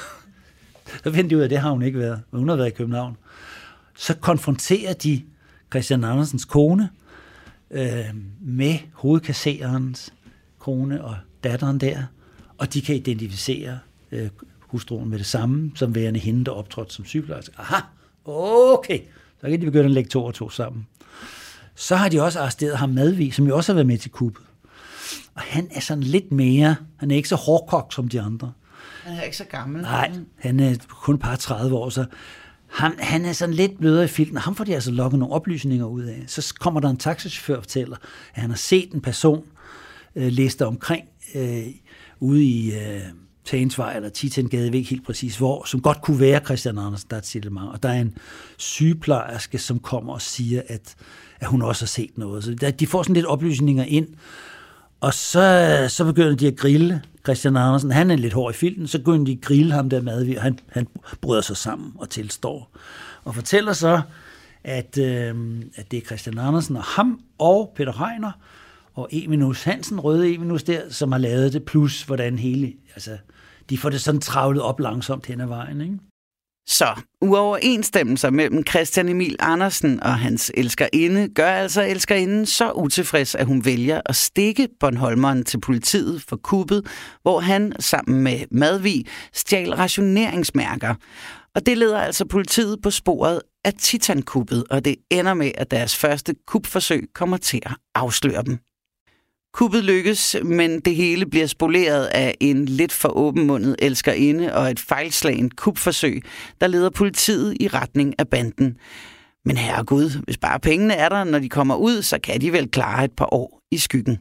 Så finder de ud af, at det har hun ikke været. Hun har været i København. Så konfronterer de Christian Andersens kone øh, med hovedkassererens kone og datteren der, og de kan identificere øh, hustruen med det samme, som værende hende, der optrådte som sygeplejerske. Aha, okay, så kan de begynde at lægge to og to sammen. Så har de også arresteret ham Madvig, som jo også har været med til kuppet. Og han er sådan lidt mere, han er ikke så hårdkogt som de andre. Han er ikke så gammel. Nej, han er kun et par tredive år, så han, han er sådan lidt blødere i filten. Ham får de altså lukket nogle oplysninger ud af. Så kommer der en taxachauffør og fortæller, at han har set en person øh, læste omkring øh, ude i øh, Tagensvej eller Tisangade, jeg ved ikke helt præcis hvor, som godt kunne være Christian Andersen, der er et signalement. Og der er en sygeplejerske, som kommer og siger, at, at hun også har set noget. Så der, de får sådan lidt oplysninger ind. Og så, så begynder de at grille Christian Andersen. Han er lidt hård i filten, så begynder de at grille ham der Madvig, og han, han bryder sig sammen og tilstår. Og fortæller så, at, øh, at det er Christian Andersen og ham og Peter Reiner og Eminus Hansen, Røde Eminus der, som har lavet det, plus hvordan hele, altså, de får det sådan travlet op langsomt hen ad vejen, ikke? Så uoverensstemmelser mellem Christian Emil Andersen og hans elskerinde gør altså elskerinden så utilfreds, at hun vælger at stikke Bornholmeren til politiet for kuppet, hvor han sammen med Madvig stjal rationeringsmærker. Og det leder altså politiet på sporet af Titan-kuppet, og det ender med, at deres første kupforsøg kommer til at afsløre dem. Kuppet lykkes, men det hele bliver spoleret af en lidt for åbenmundet elskerinde og et fejlslagent kupforsøg, der leder politiet i retning af banden. Men herregud, hvis bare pengene er der, når de kommer ud, så kan de vel klare et par år i skyggen.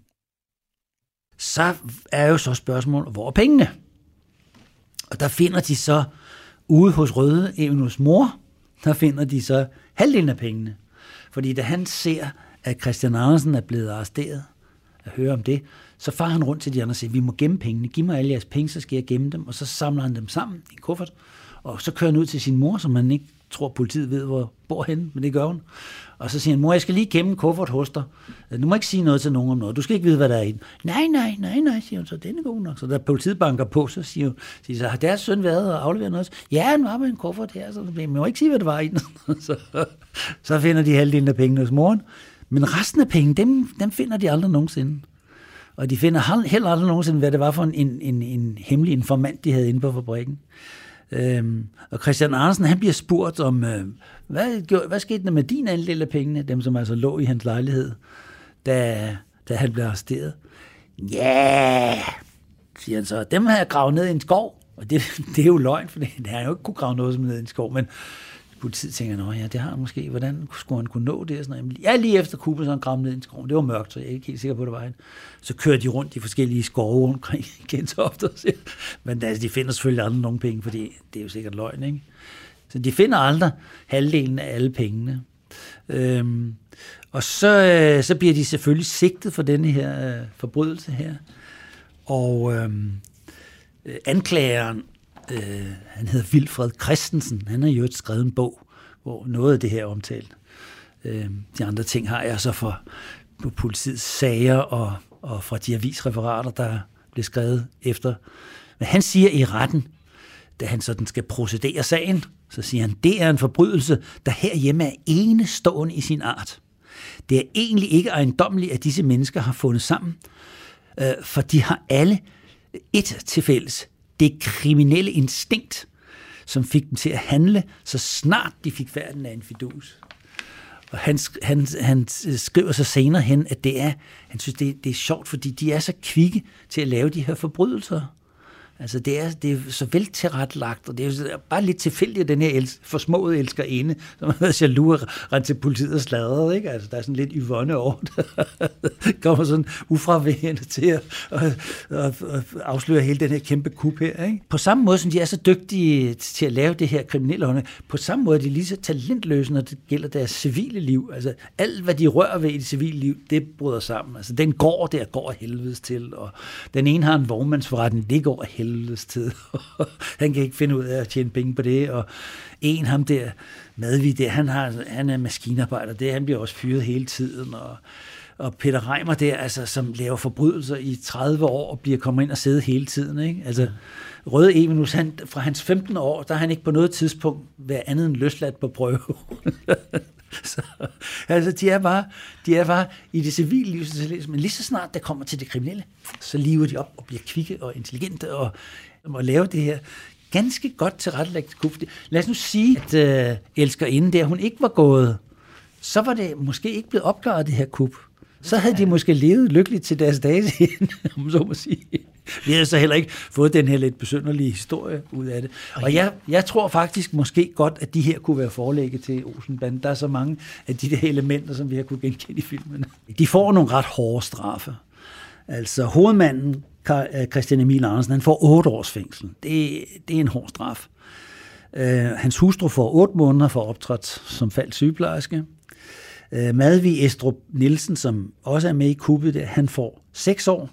Så er jo så spørgsmålet, hvor er pengene? Og der finder de så ude hos Røde Evenus mor, der finder de så halvdelen af pengene. Fordi da han ser, at Christian Andersen er blevet arresteret, at høre om det, så farer han rundt til de andre og siger, vi må gemme pengene, giv mig alle jeres penge, så skal jeg gemme dem, og så samler han dem sammen i en kuffert, og så kører han ud til sin mor, som man ikke tror, politiet ved, hvor bor henne, men det gør hun. Og så siger han, mor, jeg skal lige gemme en kuffert hos dig. Du må ikke sige noget til nogen om noget. Du skal ikke vide, hvad der er i den. Nej, nej, nej, nej, siger hun så. Den er god nok. Så da politiet banker på, så siger hun, siger så, har deres søn været og afleveret noget? Ja, han var med en kuffert her. Så men jeg må ikke sige, hvad det var i den. så, så finder de halvdelen af pengene hos moren. Men resten af pengene, dem, dem finder de aldrig nogensinde. Og de finder heller aldrig nogensinde, hvad det var for en, en, en, en hemmelig informant, de havde inde på fabrikken. Øhm, og Christian Andersen, han bliver spurgt om, øh, hvad, hvad skete der med din andel af pengene, dem som altså lå i hans lejlighed, da, da han blev arresteret? Ja, yeah, siger han så, dem har jeg gravet ned i en skov, og det, det er jo løgn, for det har jo ikke kunne grave noget som ned i en skov, men politiet tænker, nå ja, det har han måske, hvordan skulle han kunne nå det? Og sådan noget. Ja, lige efter kuppet, så han gravet ned i en skov, det var mørkt, så jeg er ikke helt sikker på, at det var han. Så kører de rundt i forskellige skove omkring Gentofte, men altså, de finder selvfølgelig aldrig nogen penge, fordi det er jo sikkert løgn, ikke? Så de finder aldrig halvdelen af alle pengene. Øhm, og så, øh, så bliver de selvfølgelig sigtet for denne her øh, forbrydelse her. Og øh, anklageren, øh, han hedder Wilfred Christensen, han har jo skrevet en bog, hvor noget af det her er omtalt. Øh, de andre ting har jeg så fra politiets sager og, og fra de avisreferater, der blev skrevet efter. Men han siger i retten, da han sådan skal procedere sagen, så siger han, det er en forbrydelse, der herhjemme er enestående i sin art. Det er egentlig ikke ejendommeligt, at disse mennesker har fundet sammen, øh, for de har alle et til fælles. Det kriminelle instinkt, som fik dem til at handle, så snart de fik færden af en fidus. Og han, han, han skriver så senere hen, at det er, han synes, det, det er sjovt, fordi de er så kvikke til at lave de her forbrydelser. Altså, det er, det er så vel tilrettelagt, og det er jo bare lidt tilfældigt, at den her els, forsmåede elskerinde, som har været jaloux og rent til politiet og sladret, ikke? Altså, der er sådan lidt Yvonne over det. Kommer sådan ufraværende til at, at, at, at afsløre hele den her kæmpe kup her, ikke? På samme måde, som de er så dygtige til at lave det her kriminelle hånd, på samme måde er de lige så talentløse, når det gælder deres civile liv. Altså, alt, hvad de rører ved i det civile liv, det bryder sammen. Altså, den går der, går helvedes til, og den ene har en vognmandsforretning, det går helvedes tid. Han kan ikke finde ud af at tjene penge på det, og en ham der, Madvig, der, han, har, han er maskinarbejder, det, han bliver også fyret hele tiden, og, og Peter Reimer der, altså, som laver forbrydelser i tredive år, og bliver kommet ind og sidde hele tiden, ikke? Altså, Røde Evenus, han, fra hans femten år, der har han ikke på noget tidspunkt været andet end løsladt på prøve. Så, altså, de er bare, de er bare i det civile liv, men lige så snart der kommer til det kriminelle, så lever de op og bliver kvikke og intelligente og må lave det her ganske godt tilrettelagt kup. Lad os nu sige, at øh, elskerinden der, hun ikke var gået, så var det måske ikke blevet opklaret, det her kup. Så havde de måske levet lykkeligt til deres dage siden, om så må sige. Vi havde så heller ikke fået den her lidt besynderlige historie ud af det. Og jeg, jeg tror faktisk måske godt, at de her kunne være forlægget til Olsenbanden. Der er så mange af de der elementer, som vi har kunne genkende i filmen. De får nogle ret hårde straffe. Altså hovedmanden, Christian Emil Andersen, han får otte års fængsel. Det, det er en hård straf. Uh, hans hustru får otte måneder for optræt som falsk sygeplejerske. Uh, Madvig Estrup Nielsen, som også er med i kuppet, der, han får seks år.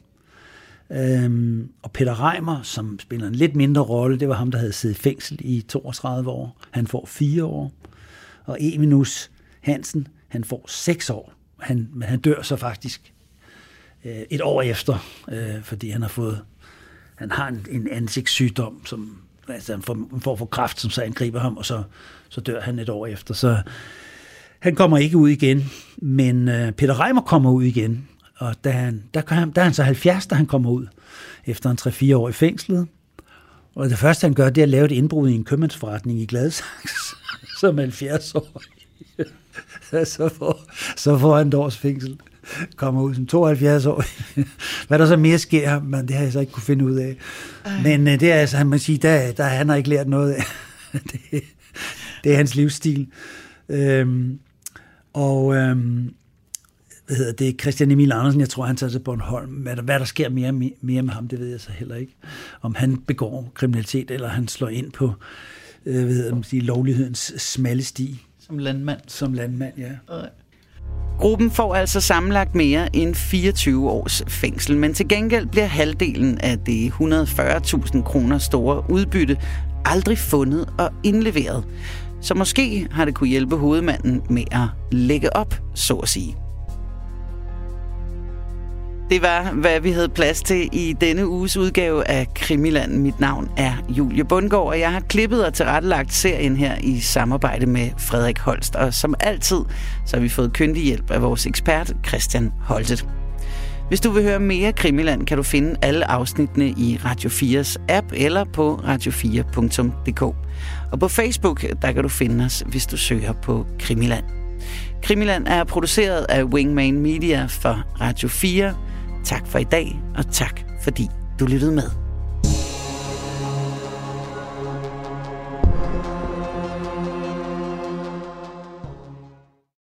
Øhm, og Peter Reimer, som spiller en lidt mindre rolle, det var ham, der havde siddet i fængsel i toogtredive år. Han får fire år. Og Evenus Hansen, han får seks år. Han, men han dør så faktisk øh, et år efter, øh, fordi han har fået, han har en, en ansigtssygdom, som altså en form for, for kræft, som så angriber ham, og så, så dør han et år efter. Så han kommer ikke ud igen, men øh, Peter Reimer kommer ud igen. Og der, han, der, han, der er han så halvfjerds, da han kommer ud efter en tre fire år i fængslet. Og det første, han gør, det er at lave et indbrud i en købmandsforretning i Gladsaxe, som halvfjerds år. så, får, så får han et års fængsel. kommer ud som tooghalvfjerds år. Hvad der så mere sker, men det har jeg så ikke kunne finde ud af. Ej. Men det er altså, han må sige, der, der han har ikke lært noget af. det, det er hans livsstil. Øhm, og øhm, hvad hedder det, Christian Emil Andersen, jeg tror, han tager til Bornholm. Hvad der, hvad der sker mere, mere med ham, det ved jeg så heller ikke. Om han begår kriminalitet, eller han slår ind på øh, hvad hedder det, lovlighedens smalle sti. Som landmand. Som landmand, ja. Øh. Gruppen får altså sammenlagt mere end fireogtyve års fængsel, men til gengæld bliver halvdelen af det et hundrede og fyrre tusind kroner store udbytte aldrig fundet og indleveret. Så måske har det kunne hjælpe hovedmanden med at lægge op, så at sige. Det var, hvad vi havde plads til i denne uges udgave af Krimiland. Mit navn er Julie Bundgaard, og jeg har klippet og tilrettelagt serien her i samarbejde med Frederik Holst. Og som altid, så har vi fået kyndig hjælp af vores ekspert, Christian Holtet. Hvis du vil høre mere Krimiland, kan du finde alle afsnittene i Radio fires app eller på radio fire punktum d k. Og på Facebook, der kan du finde os, hvis du søger på Krimiland. Krimiland er produceret af Wingman Media for Radio fire. Tak for i dag, og tak fordi du lyttede med.